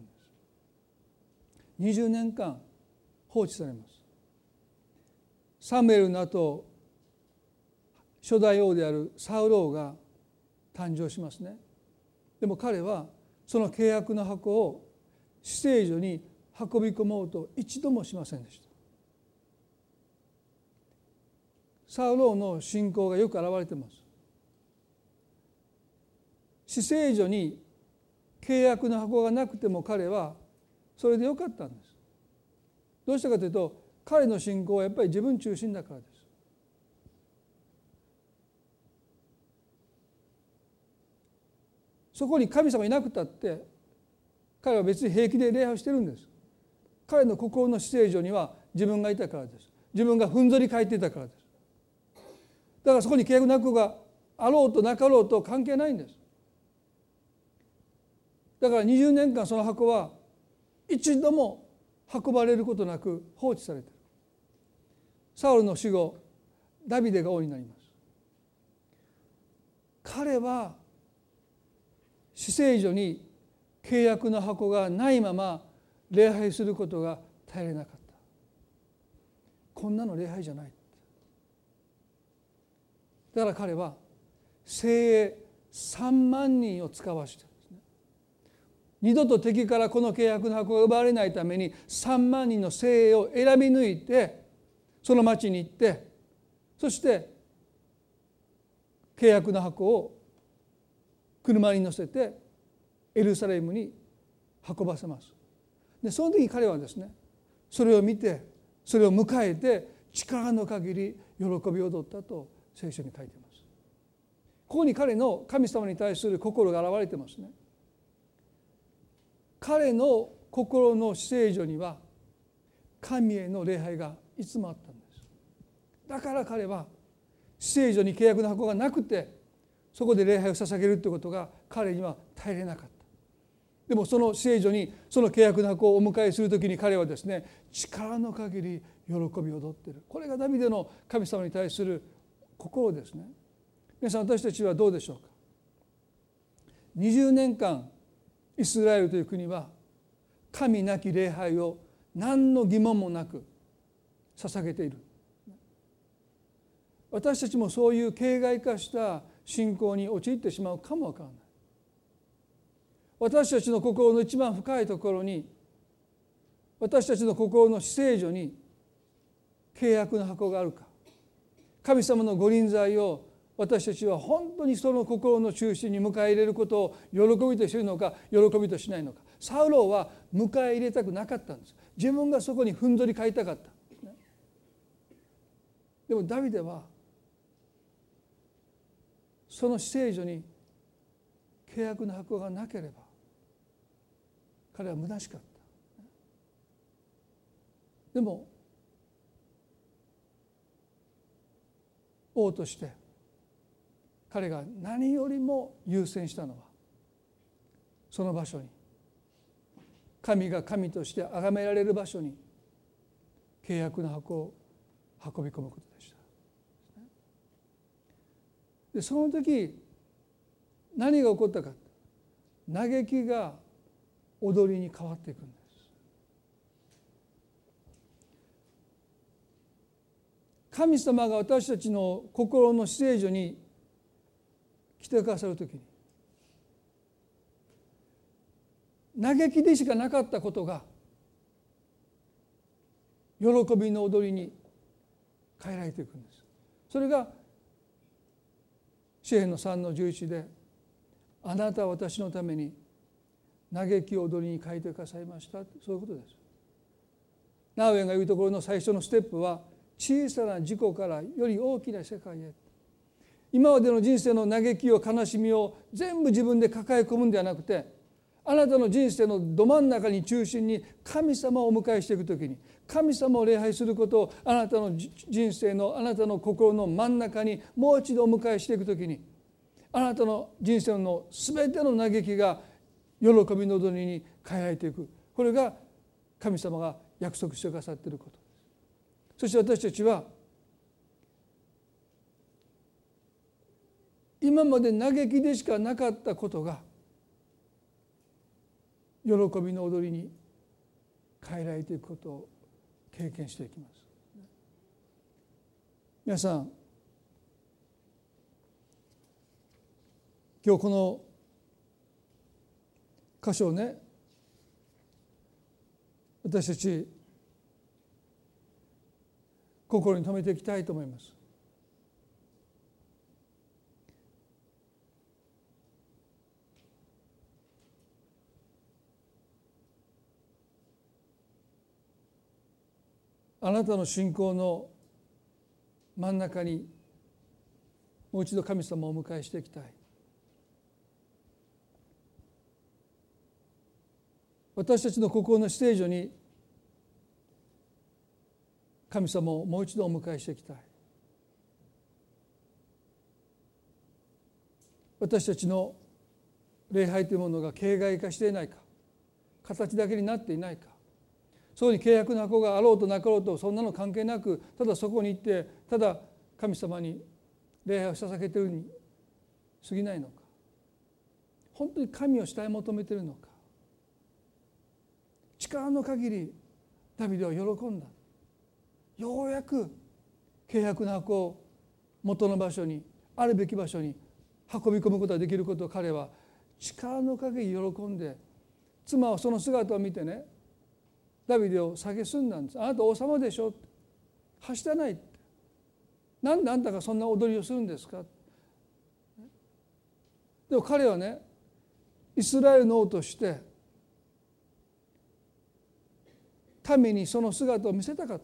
S1: 。20年間放置されます。サムエルの後、初代王であるサウル王が誕生しますね。でも彼はその契約の箱を至聖所に運び込もうと一度もしませんでした。サウル王の信仰がよく表れています。至聖所に契約の箱がなくても彼はそれでよかったんです。どうしたかというと、彼の信仰はやっぱり自分中心だからです。そこに神様いなくたって彼は別に平気で礼拝をしてるんです。彼の心の至聖所には自分がいたからです。自分がふんぞり返っていたからです。だからそこに契約の箱があろうとなかろうと関係ないんです。だから20年間その箱は一度も運ばれることなく放置されている。サウルの死後、ダビデが王になります。彼は至聖所に契約の箱がないまま礼拝することが耐えれなかった。こんなの礼拝じゃない。だから彼は精鋭3万人を使わして二度と敵からこの契約の箱が奪われないために3万人の精鋭を選び抜いてその町に行って、そして契約の箱を車に乗せてエルサレムに運ばせます。でその時彼はですね、それを見てそれを迎えて力の限り喜び踊ったと聖書に書いています。ここに彼の神様に対する心が現れてますね。彼の心の至聖所には神への礼拝がいつもあったんです。だから彼は至聖所に契約の箱がなくてそこで礼拝を捧げるということが彼には耐えれなかった。でもその至聖所にその契約の箱をお迎えするときに彼はですね、力の限り喜び踊っている。これがダビデの神様に対する心ですね。皆さん、私たちはどうでしょうか。20年間イスラエルという国は神なき礼拝を何の疑問もなく捧げている。私たちもそういう形骸化した信仰に陥ってしまうかもわからない。私たちの心の一番深いところに、私たちの心の至聖所に契約の箱があるか、神様の御臨在を私たちは本当にその心の中心に迎え入れることを喜びとしているのか、喜びとしないのか。サウロは迎え入れたくなかったんです。自分がそこにふんぞり返りたかった。でもダビデはその至聖所に契約の箱がなければ彼は虚しかった。でも王として彼が何よりも優先したのは、その場所に、神が神として崇められる場所に契約の箱を運び込むことでした。でその時何が起こったか、嘆きが踊りに変わっていくんです。神様が私たちの心の至聖所に来てくださるときに、嘆きでしかなかったことが喜びの踊りに変えられていくんです。それが詩編の3-11で、あなたは私のために嘆き踊りに書いてくださいました。そういうことです。ナウエが言うところの最初のステップは、小さな事故からより大きな世界へ。今までの人生の嘆きを悲しみを全部自分で抱え込むんではなくて、あなたの人生のど真ん中に中心に神様をお迎えしていくときに、神様を礼拝することをあなたの人生のあなたの心の真ん中にもう一度お迎えしていくときに、あなたの人生のすべての嘆きが喜びの踊りに変えられていく。これが神様が約束してくださっていることです。そして私たちは今まで嘆きでしかなかったことが喜びの踊りに変えられていくことを経験していきます。皆さん、今日この箇所をね、私たち心に留めていきたいと思います。あなたの信仰の真ん中にもう一度神様をお迎えしていきたい。私たちの心のステージに神様をもう一度お迎えしていきたい。私たちの礼拝というものが形骸化していないか、形だけになっていないか、そこに契約の箱があろうとなかろうとそんなの関係なく、ただそこに行ってただ神様に礼拝を捧げているに過ぎないのか、本当に神を慕い求めているのか。力の限りダビデは喜んだ。ようやく契約の箱を元の場所に、あるべき場所に運び込むことができることを彼は力の限り喜んで、妻はその姿を見てね、ダビデを蔑んだんです。あなた王様でしょ、はしたないって、なんであんたがそんな踊りをするんですか。でも彼はね、イスラエルの王として民にその姿を見せたかった。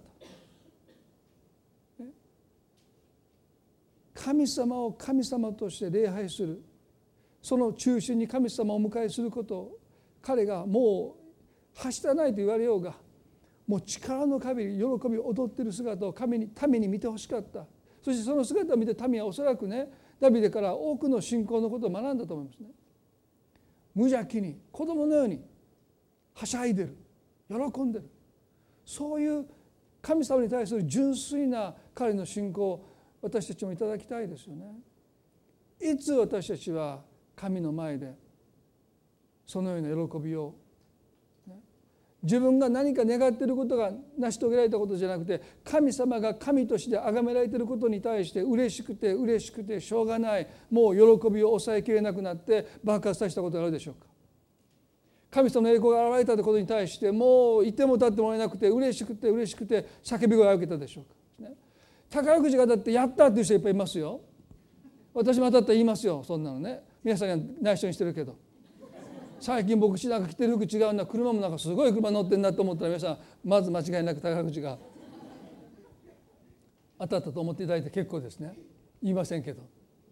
S1: 神様を神様として礼拝する、その中心に神様をお迎えすることを彼がもうはしたないと言われようが、もう力の限り喜び踊っている姿を民に見てほしかった。そしてその姿を見て民はおそらくね、ダビデから多くの信仰のことを学んだと思いますね。無邪気に子供のようにはしゃいでる、喜んでる、そういう神様に対する純粋な彼の信仰を私たちもいただきたいですよね。いつ私たちは神の前でそのような喜びを、自分が何か願っていることが成し遂げられたことじゃなくて、神様が神として崇められていることに対して嬉しくて嬉しくてしょうがない、もう喜びを抑えきれなくなって爆発させたことがあるでしょうか。神様の栄光が現れたということに対してもういても立ってもらえなくて嬉しくて嬉しくて叫び声を上げたでしょうか。宝くじが当たってやったっていう人いっぱいいますよ。私も当たったら言いますよ、そんなのね。皆さんには内緒にしてるけど、最近僕なんか着てる服違うな、車もなんかすごい車乗ってんなと思ったら、皆さんまず間違いなく宝くじが当たったと思っていただいて結構ですね。言いませんけど、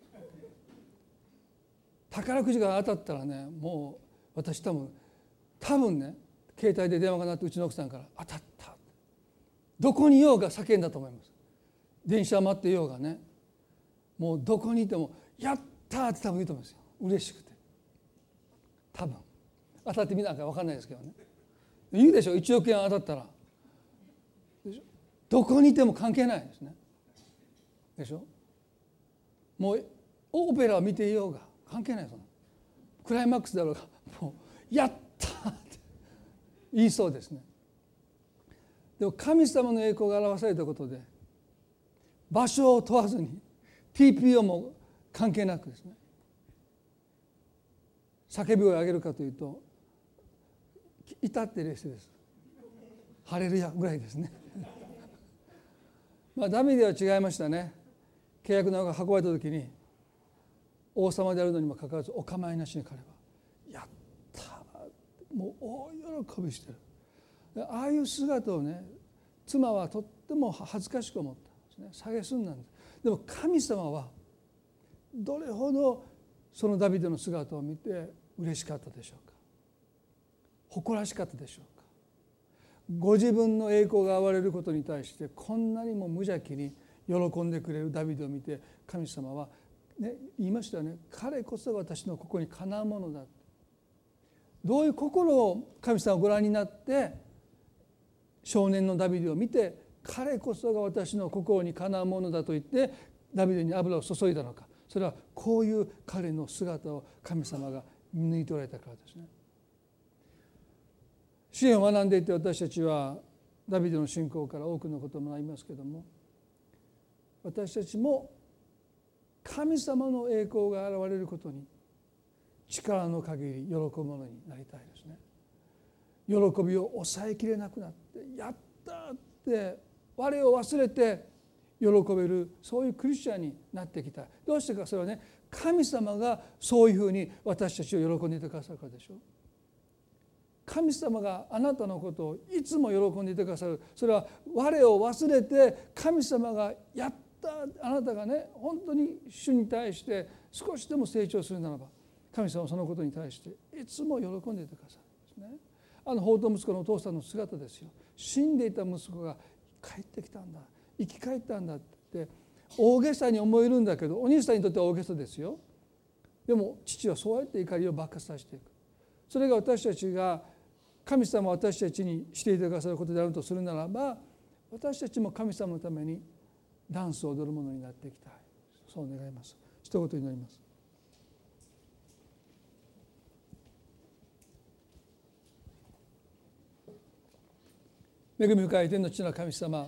S1: 宝くじが当たったらね、もう私多分ね、携帯で電話が鳴ってうちの奥さんから当たった、どこにいようが叫んだと思います。電車待っていようがね、もうどこにいてもやったって多分言うと思うんですよ。嬉しくて、多分当たってみなんか分かんないですけどね、言うでしょ、1億円当たったらでしょ、どこにいても関係ないですね。でしょ、もうオペラを見ていようが関係ない。そのクライマックスだろうが、もうやったって言いそうですね。でも神様の栄光が表されたことで、場所を問わずに TPO も関係なくですね、叫び声を上げるかというと至って冷静です。ハレルヤぐらいですねダビデは違いましたね。契約の箱が運ばれた時に王様であるのにもかかわらずお構いなしに彼はやったもう大喜びしてる。ああいう姿をね妻はとっても恥ずかしく思ったんですね。蔑んだんです。でも神様はどれほどそのダビデの姿を見て嬉しかったでしょうか。誇らしかったでしょうか。ご自分の栄光が現れることに対してこんなにも無邪気に喜んでくれるダビデを見て神様は、ね、言いましたよね。彼こそが私の心にかなうものだ。どういう心を神様はご覧になって少年のダビデを見て彼こそが私の心にかなうものだと言ってダビデに油を注いだのか。それはこういう彼の姿を神様が見抜いておられたからですね。詩篇を学んでいて私たちはダビデの信仰から多くのことを学びますけれども、私たちも神様の栄光が現れることに力の限り喜ぶものになりたいですね。喜びを抑えきれなくなってやったって我を忘れて喜べる、そういうクリスチャンになっていきたい。どうしてか、それはね神様がそういうふうに私たちを喜んでいてくださるからでしょう。神様があなたのことをいつも喜んでいてくださる。それは我を忘れて神様がやったあなたがね本当に主に対して少しでも成長するならば神様はそのことに対していつも喜んでいてくださるんですね。放蕩息子のお父さんの姿ですよ。死んでいた息子が帰ってきたんだ、生き返ったんだって大げさに思えるんだけど、お兄さんにとっては大げさですよ。でも父はそうやって怒りを爆発させていく。それが私たちが神様は私たちにしていてくださることであるとするならば、私たちも神様のためにダンスを踊るものになっていきたい。そう願います。一言祈ります。恵み深い天の父の神様、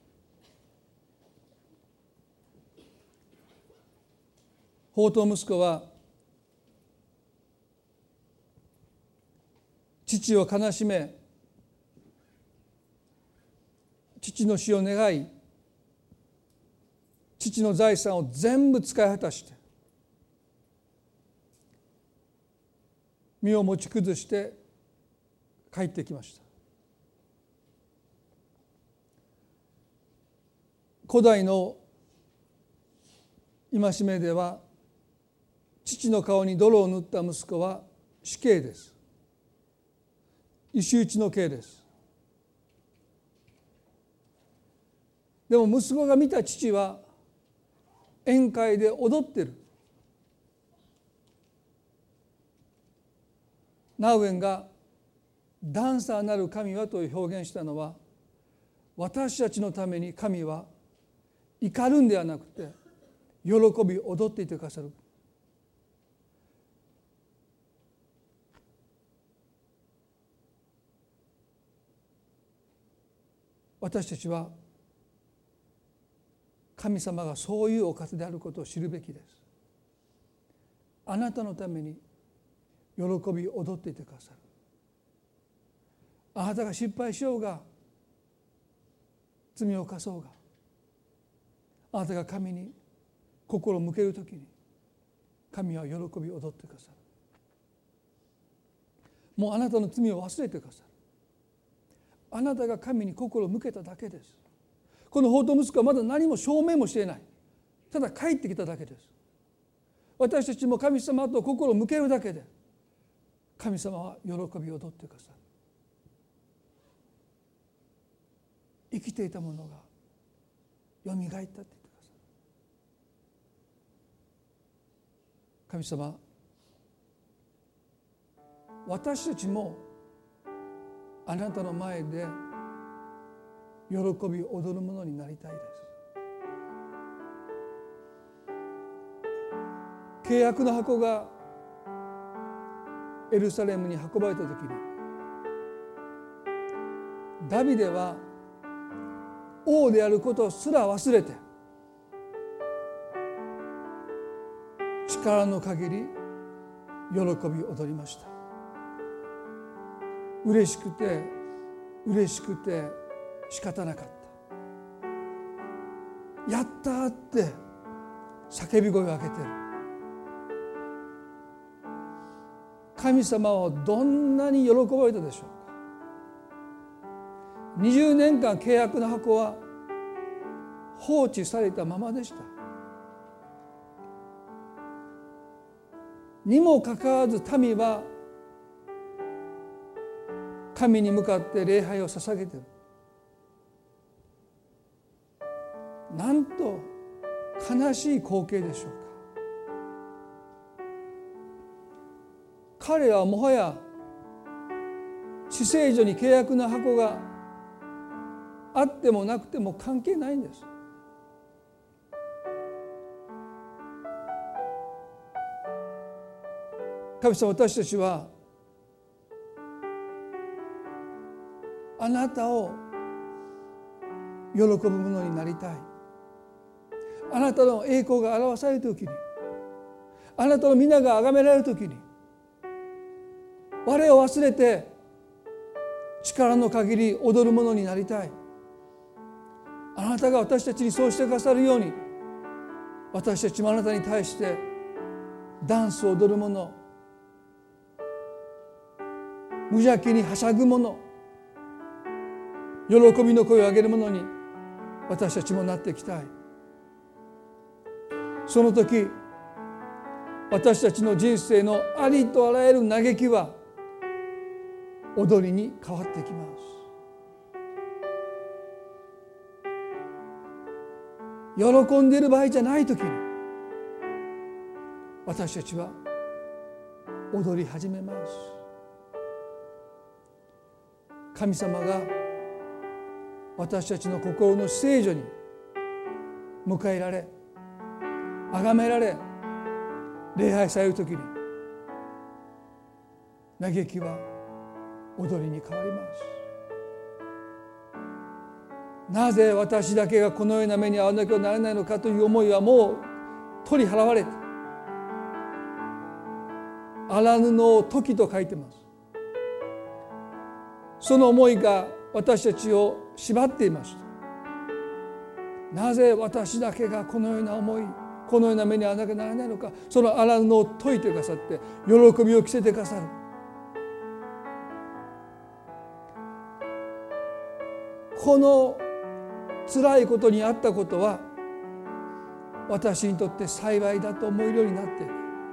S1: 放蕩息子は父を悲しめ、父の死を願い、父の財産を全部使い果たして身を持ち崩して帰ってきました。古代の戒めでは父の顔に泥を塗った息子は死刑です。石打ちの刑です。でも息子が見た父は宴会で踊ってる。ナウエンがダンサーなる神はと表現したのは、私たちのために神は怒るんではなくて喜び踊っていてくださる。私たちは神様がそういうお方であることを知るべきです。あなたのために喜び踊っていてくださる。あなたが失敗しようが罪を犯そうが、あなたが神に心を向けるときに神は喜び踊ってくださる。もうあなたの罪を忘れてくださる。あなたが神に心を向けただけです。この放蕩息子はまだ何も証明もしていない。ただ帰ってきただけです。私たちも神様と心を向けるだけで神様は喜びを踊ってくださる。生きていたものがよみがえったって言ってくださる。神様、私たちもあなたの前で喜び踊るものになりたいです。契約の箱がエルサレムに運ばれた時に、ダビデは王であることすら忘れて力の限り喜び踊りました。嬉しくて嬉しくて仕方なかった。やったって叫び声を上げてる。 神様をどんなに喜ばれたでしょうか。20年間契約の箱は放置されたままでした。にもかかわらず民は神に向かって礼拝を捧げている。なんと悲しい光景でしょうか。彼らはもはや至聖所に契約の箱があってもなくても関係ないんです。神様、私たちはあなたを喜ぶものになりたい。あなたの栄光が表されるときに、あなたの皆が崇められるときに、我を忘れて力の限り踊るものになりたい。あなたが私たちにそうしてくださるように、私たちもあなたに対してダンスを踊るもの、無邪気にはしゃぐもの、喜びの声を上げるものに私たちもなっていきたい。その時、私たちの人生のありとあらゆる嘆きは踊りに変わってきます。喜んでいる場合じゃない時に私たちは踊り始めます。神様が私たちの心の聖所に迎えられ、崇められ、礼拝されるときに嘆きは踊りに変わります。なぜ私だけがこのような目に遭わなきゃならないのかという思いはもう取り払われて、荒布を時と書いてます。その思いが私たちを縛っていました。なぜ私だけがこのような思い、このような目に遭わなきゃならないのか。その荒布を解いてくださって喜びを着せてくださる。この辛いことにあったことは私にとって幸いだと思えるようになっていく。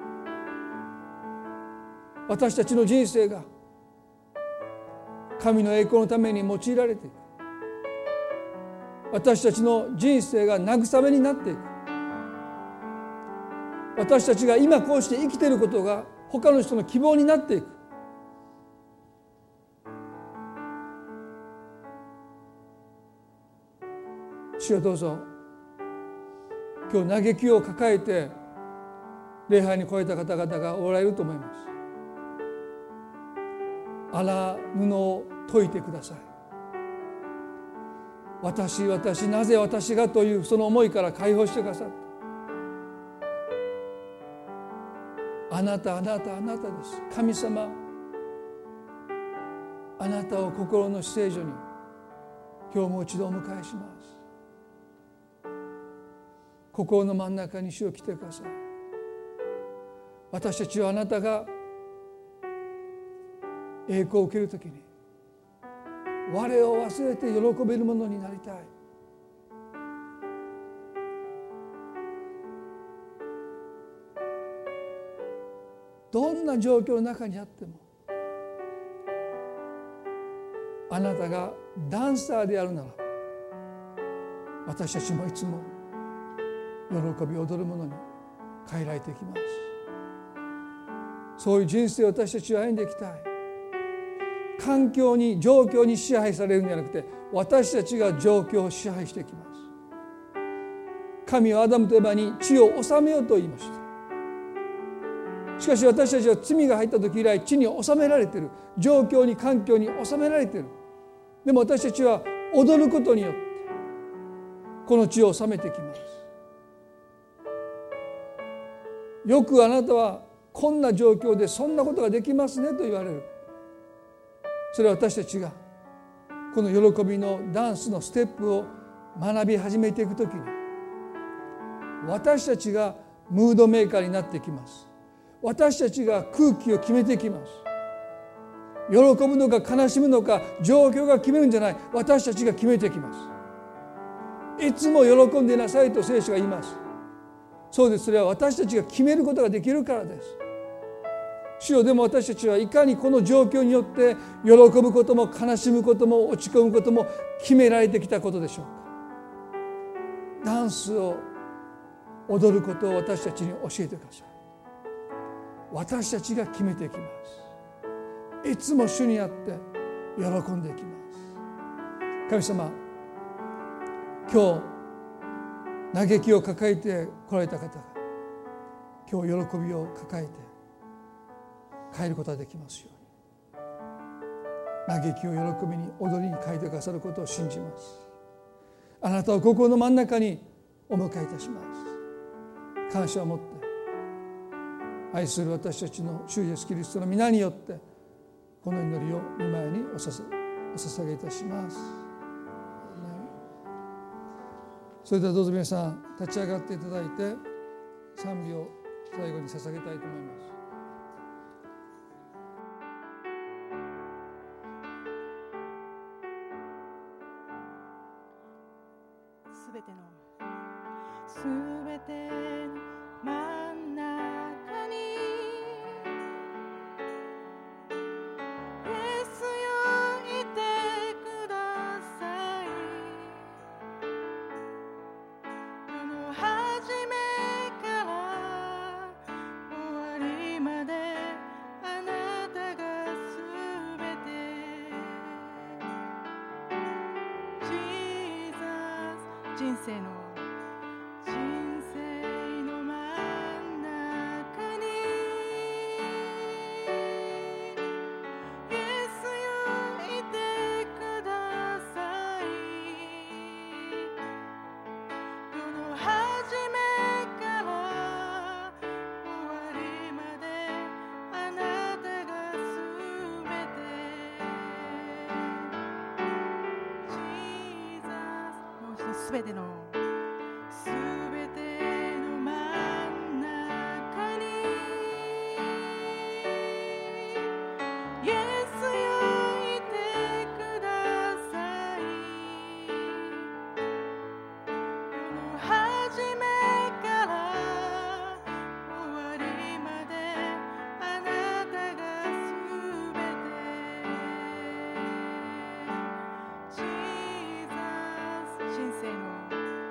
S1: 私たちの人生が神の栄光のために用いられていく。私たちの人生が慰めになっていく。私たちが今こうして生きていることが他の人の希望になっていく。主よ、どうぞ今日嘆きを抱えて礼拝に来られた方々がおられると思います。荒布を解いてください。私なぜ私がというその思いから解放してくださった。あなたです。神様、あなたを心の聖所に今日も一度お迎えします。心の真ん中に主を来てください。私たちはあなたが栄光を受けるときに我を忘れて喜べるものになりたい。どんな状況の中にあってもあなたがダンサーであるなら私たちもいつも喜び踊るものに変えられていきます。そういう人生を私たちは歩んでいきたい。環境に状況に支配されるんじゃなくて私たちが状況を支配していきます。神はアダムとエバに地を治めようと言いました。しかし私たちは罪が入った時以来地に治められている。状況に環境に治められている。でも私たちは踊ることによってこの地を治めていきます。よくあなたはこんな状況でそんなことができますねと言われる。それは私たちがこの喜びのダンスのステップを学び始めていくときに私たちがムードメーカーになっていきます。 私たちが空気を決めていきます。喜ぶのか悲しむのか状況が決めるんじゃない、私たちが決めていきます。いつも喜んでいなさいと聖書が言います。そうです。それは私たちが決めることができるからです。主よ、でも私たちはいかにこの状況によって喜ぶことも悲しむことも落ち込むことも決められてきたことでしょうか。ダンスを踊ることを私たちに教えてください。私たちが決めていきます。いつも主にあって喜んでいきます。神様、今日嘆きを抱えて来られた方が今日喜びを抱えて帰ることができますように、嘆きを喜びに踊りに変えてくださることを信じます。あなたを心の真ん中にお迎えいたします。感謝を持って愛する私たちの主イエスキリストの皆によってこの祈りを御前にお捧げいたします。それではどうぞ皆さん立ち上がっていただいて賛美を最後に捧げたいと思います。
S2: すべての真ん中にイエスよいてください。世の始めから終わりまであなたがすべて。Jesus、人生のすべての真ん中にイエスよいてください。世の始めから終わりまであなたがすべて。Jesus、人生の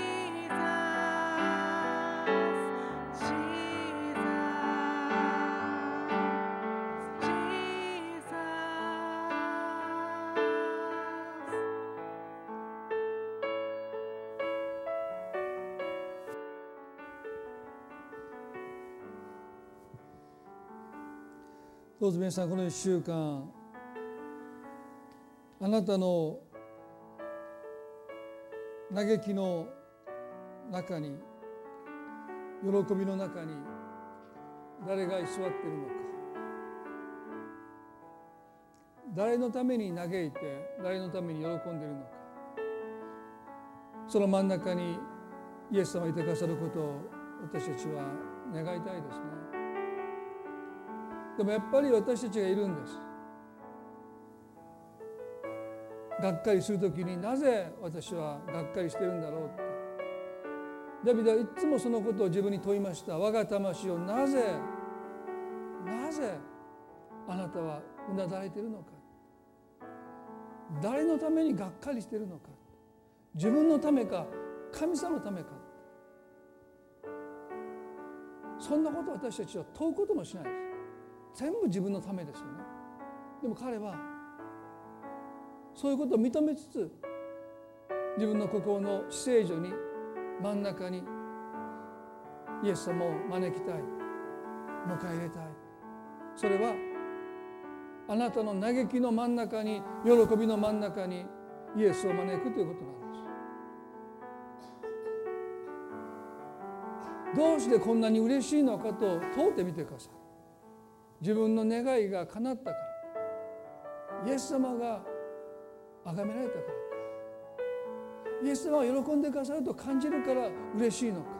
S1: どうぞ皆さん、この1週間あなたの嘆きの中に、喜びの中に誰が居座っているのか、誰のために嘆いて誰のために喜んでいるのか、その真ん中にイエス様がいてくださることを私たちは願いたいですね。でもやっぱり私たちがいるんです。がっかりするときに、なぜ私はがっかりしてるんだろうって、ダビデはいつもそのことを自分に問いました。我が魂をなぜあなたはうなだれているのか、誰のためにがっかりしているのか、自分のためか神様のためか、そんなことを私たちは問うこともしないです。全部自分のためですよね。でも彼はそういうことを認めつつ、自分の心の至聖所に真ん中にイエス様を招きたい、迎え入れたい。それはあなたの嘆きの真ん中に、喜びの真ん中にイエスを招くということなんです。どうしてこんなに嬉しいのかと問うてみてください。自分の願いが叶ったから、イエス様が崇められたから、イエス様が喜んでくださると感じるから嬉しいのか。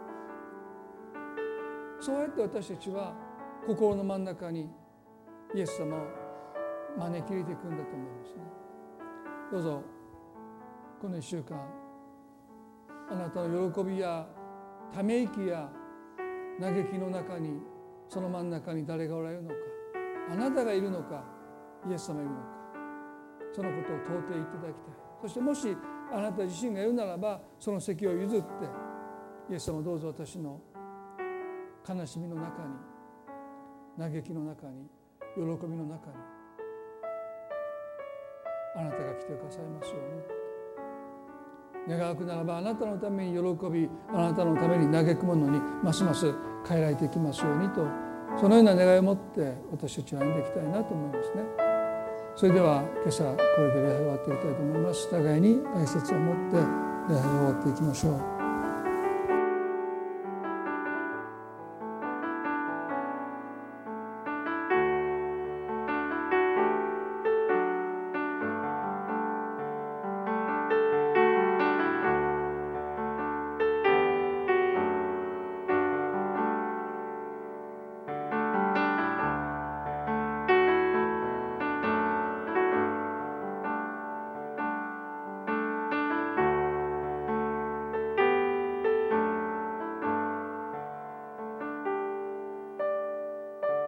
S1: そうやって私たちは心の真ん中にイエス様を招き入れていくんだと思いますね。どうぞこの1週間、あなたの喜びやため息や嘆きの中に、その真ん中に誰がおられるのか、あなたがいるのか、イエス様がいるのか、そのことを問うていただきたい。そしてもしあなた自身がいるならば、その席を譲って、イエス様どうぞ私の悲しみの中に、嘆きの中に、喜びの中にあなたが来てくださいますように。願わくならば、あなたのために喜び、あなたのために嘆くものにますます変えられていきますようにと、そのような願いを持って私たちは歩んでいきたいなと思いますね。それでは今朝これで礼拝を終わっていきたいと思います。互いに挨拶を持って礼拝を終わっていきましょう。